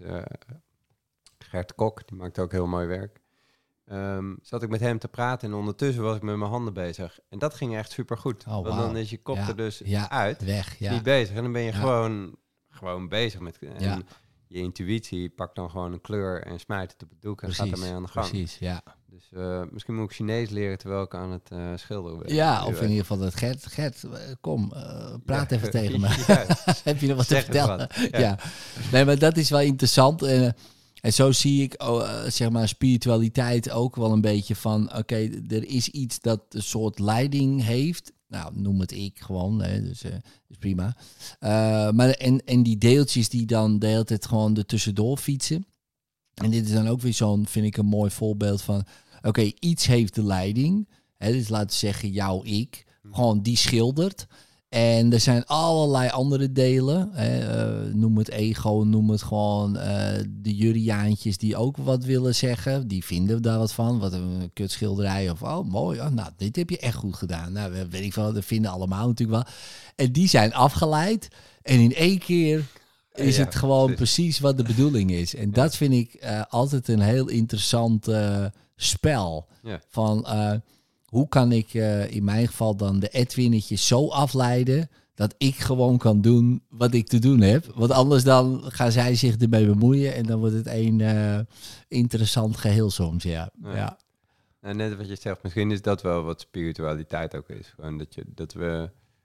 Gert Kok, die maakt ook heel mooi werk. Zat ik met hem te praten en ondertussen was ik met mijn handen bezig. En dat ging echt supergoed.
Oh,
Want
wow.
dan is je kop er dus uit.
Weg, ja.
Niet bezig. En dan ben je gewoon bezig met. En
Ja.
je intuïtie pakt dan gewoon een kleur en smijt het op het doek en gaat ermee aan de gang.
Precies, ja.
Dus misschien moet ik Chinees leren terwijl ik aan het schilderen ben.
Ja, of in ieder geval dat Gert, kom, praat even tegen me.
Ja.
Heb je nog wat te
Zeg eens
vertellen?
wat, ja.
Ja. Nee, maar dat is wel interessant. En zo zie ik, zeg maar, spiritualiteit ook wel een beetje van, oké, er is iets dat een soort leiding heeft. Nou, noem het ik gewoon, hè, dus prima. Maar en die deeltjes die dan de hele tijd gewoon er tussendoor fietsen. En dit is dan ook weer zo'n, vind ik, een mooi voorbeeld van, oké, iets heeft de leiding. Hè, dus laten we zeggen, jouw ik. Gewoon die schildert. En er zijn allerlei andere delen. Noem het ego, noem het gewoon de Juriaantjes die ook wat willen zeggen. Die vinden daar wat van. Wat een kutschilderij of mooi. Oh, nou, dit heb je echt goed gedaan. Nou, weet ik wel, dat vinden allemaal natuurlijk wel. En die zijn afgeleid. En in één keer is het gewoon precies wat de bedoeling is. En dat vind ik altijd een heel interessant spel.
Ja.
Van hoe kan ik in mijn geval dan de Edwinnetjes zo afleiden dat ik gewoon kan doen wat ik te doen heb. Want anders dan gaan zij zich ermee bemoeien en dan wordt het een interessant geheel soms, ja.
Nou, net wat je zegt, misschien is dat wel wat spiritualiteit ook is. Gewoon dat we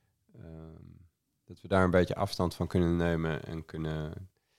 daar een beetje afstand van kunnen nemen en kunnen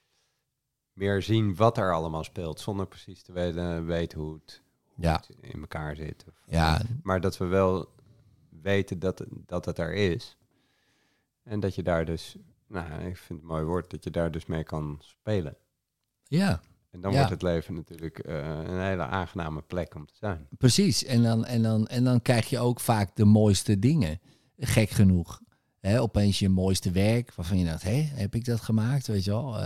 meer zien wat er allemaal speelt, zonder precies te weten hoe het in elkaar zit. Maar dat we wel weten dat het er is. En dat je daar dus, nou, ik vind het een mooi woord, dat je daar dus mee kan spelen.
Ja.
En dan wordt het leven natuurlijk een hele aangename plek om te zijn.
Precies. En dan krijg je ook vaak de mooiste dingen. Gek genoeg. Opeens je mooiste werk, waarvan je dacht, heb ik dat gemaakt? Weet je wel?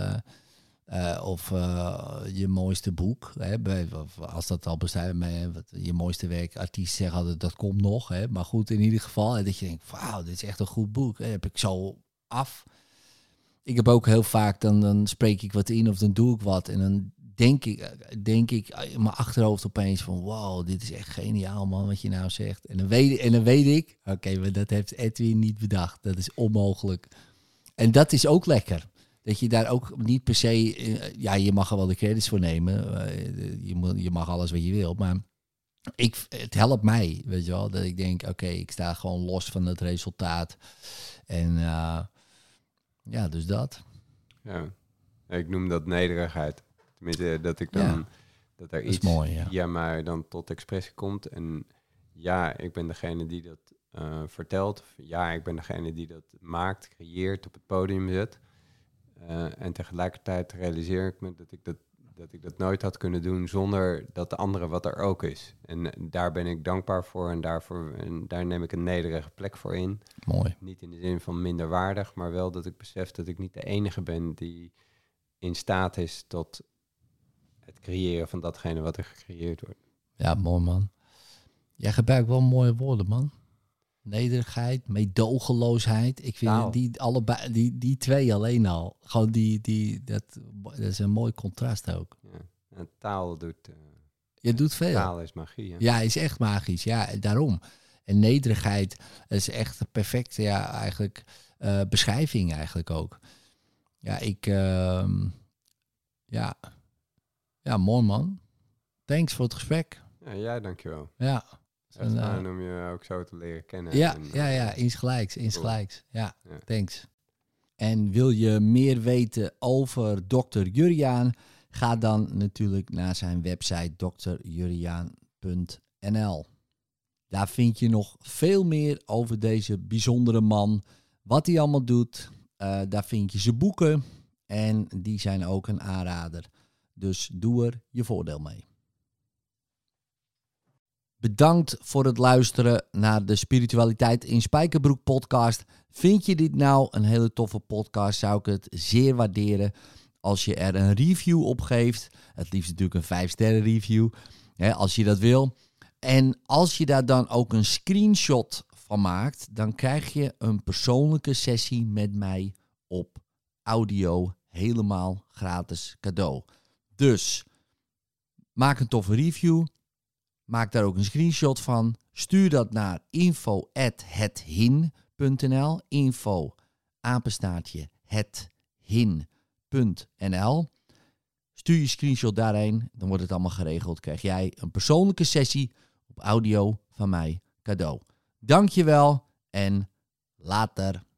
Of je mooiste boek. Als dat al bestaat, je mooiste werk. Artiesten zeggen altijd, dat komt nog. Maar goed, in ieder geval. Dat je denkt, wauw, dit is echt een goed boek. Heb ik zo af. Ik heb ook heel vaak, dan spreek ik wat in of dan doe ik wat. En dan denk ik in mijn achterhoofd opeens van, wow, dit is echt geniaal, man, wat je nou zegt. En dan weet ik, oké, maar dat heeft Edwin niet bedacht. Dat is onmogelijk. En dat is ook lekker. Dat je daar ook niet per se, je mag er wel de credits voor nemen. Je mag alles wat je wil, maar het helpt mij, weet je wel. Dat ik denk, oké, ik sta gewoon los van het resultaat. En dus dat.
Ja, ik noem dat nederigheid. Tenminste, dat ik dan, dat er iets
mooi,
via mij dan tot expressie komt. En ik ben degene die dat vertelt. Of ik ben degene die dat maakt, creëert, op het podium zet. En tegelijkertijd realiseer ik me dat ik dat nooit had kunnen doen zonder dat de andere wat er ook is. En daar ben ik dankbaar voor en daar neem ik een nederige plek voor in.
Mooi.
Niet in de zin van minderwaardig, maar wel dat ik besef dat ik niet de enige ben die in staat is tot het creëren van datgene wat er gecreëerd wordt.
Ja, mooi, man. Jij gebruikt wel mooie woorden, man. Nederigheid, meedogenloosheid. Ik vind die allebei, die twee alleen al. Gewoon dat is een mooi contrast ook.
Ja. En taal doet...
Je doet veel.
Taal is magie. Hè?
Ja, is echt magisch. Ja, daarom. En nederigheid is echt een perfecte, eigenlijk beschrijving eigenlijk ook. Ja, mooi, man. Thanks voor het gesprek.
Ja, jij dankjewel.
Ja.
Het is fijn om je ook zo te leren kennen.
Ja, insgelijks. Ja, thanks. En wil je meer weten over Dr. Juriaan? Ga dan natuurlijk naar zijn website drjuriaan.nl. Daar vind je nog veel meer over deze bijzondere man. Wat hij allemaal doet. Daar vind je zijn boeken. En die zijn ook een aanrader. Dus doe er je voordeel mee. Bedankt voor het luisteren naar de Spiritualiteit in Spijkerbroek podcast. Vind je dit nou een hele toffe podcast, zou ik het zeer waarderen als je er een review op geeft. Het liefst natuurlijk een 5-sterren review, als je dat wil. En als je daar dan ook een screenshot van maakt, dan krijg je een persoonlijke sessie met mij op audio, helemaal gratis cadeau. Dus maak een toffe review. Maak daar ook een screenshot van. Stuur dat naar info@hethin.nl. info@hethin.nl. Stuur je screenshot daarheen. Dan wordt het allemaal geregeld. Krijg jij een persoonlijke sessie op audio van mij cadeau. Dankjewel en later.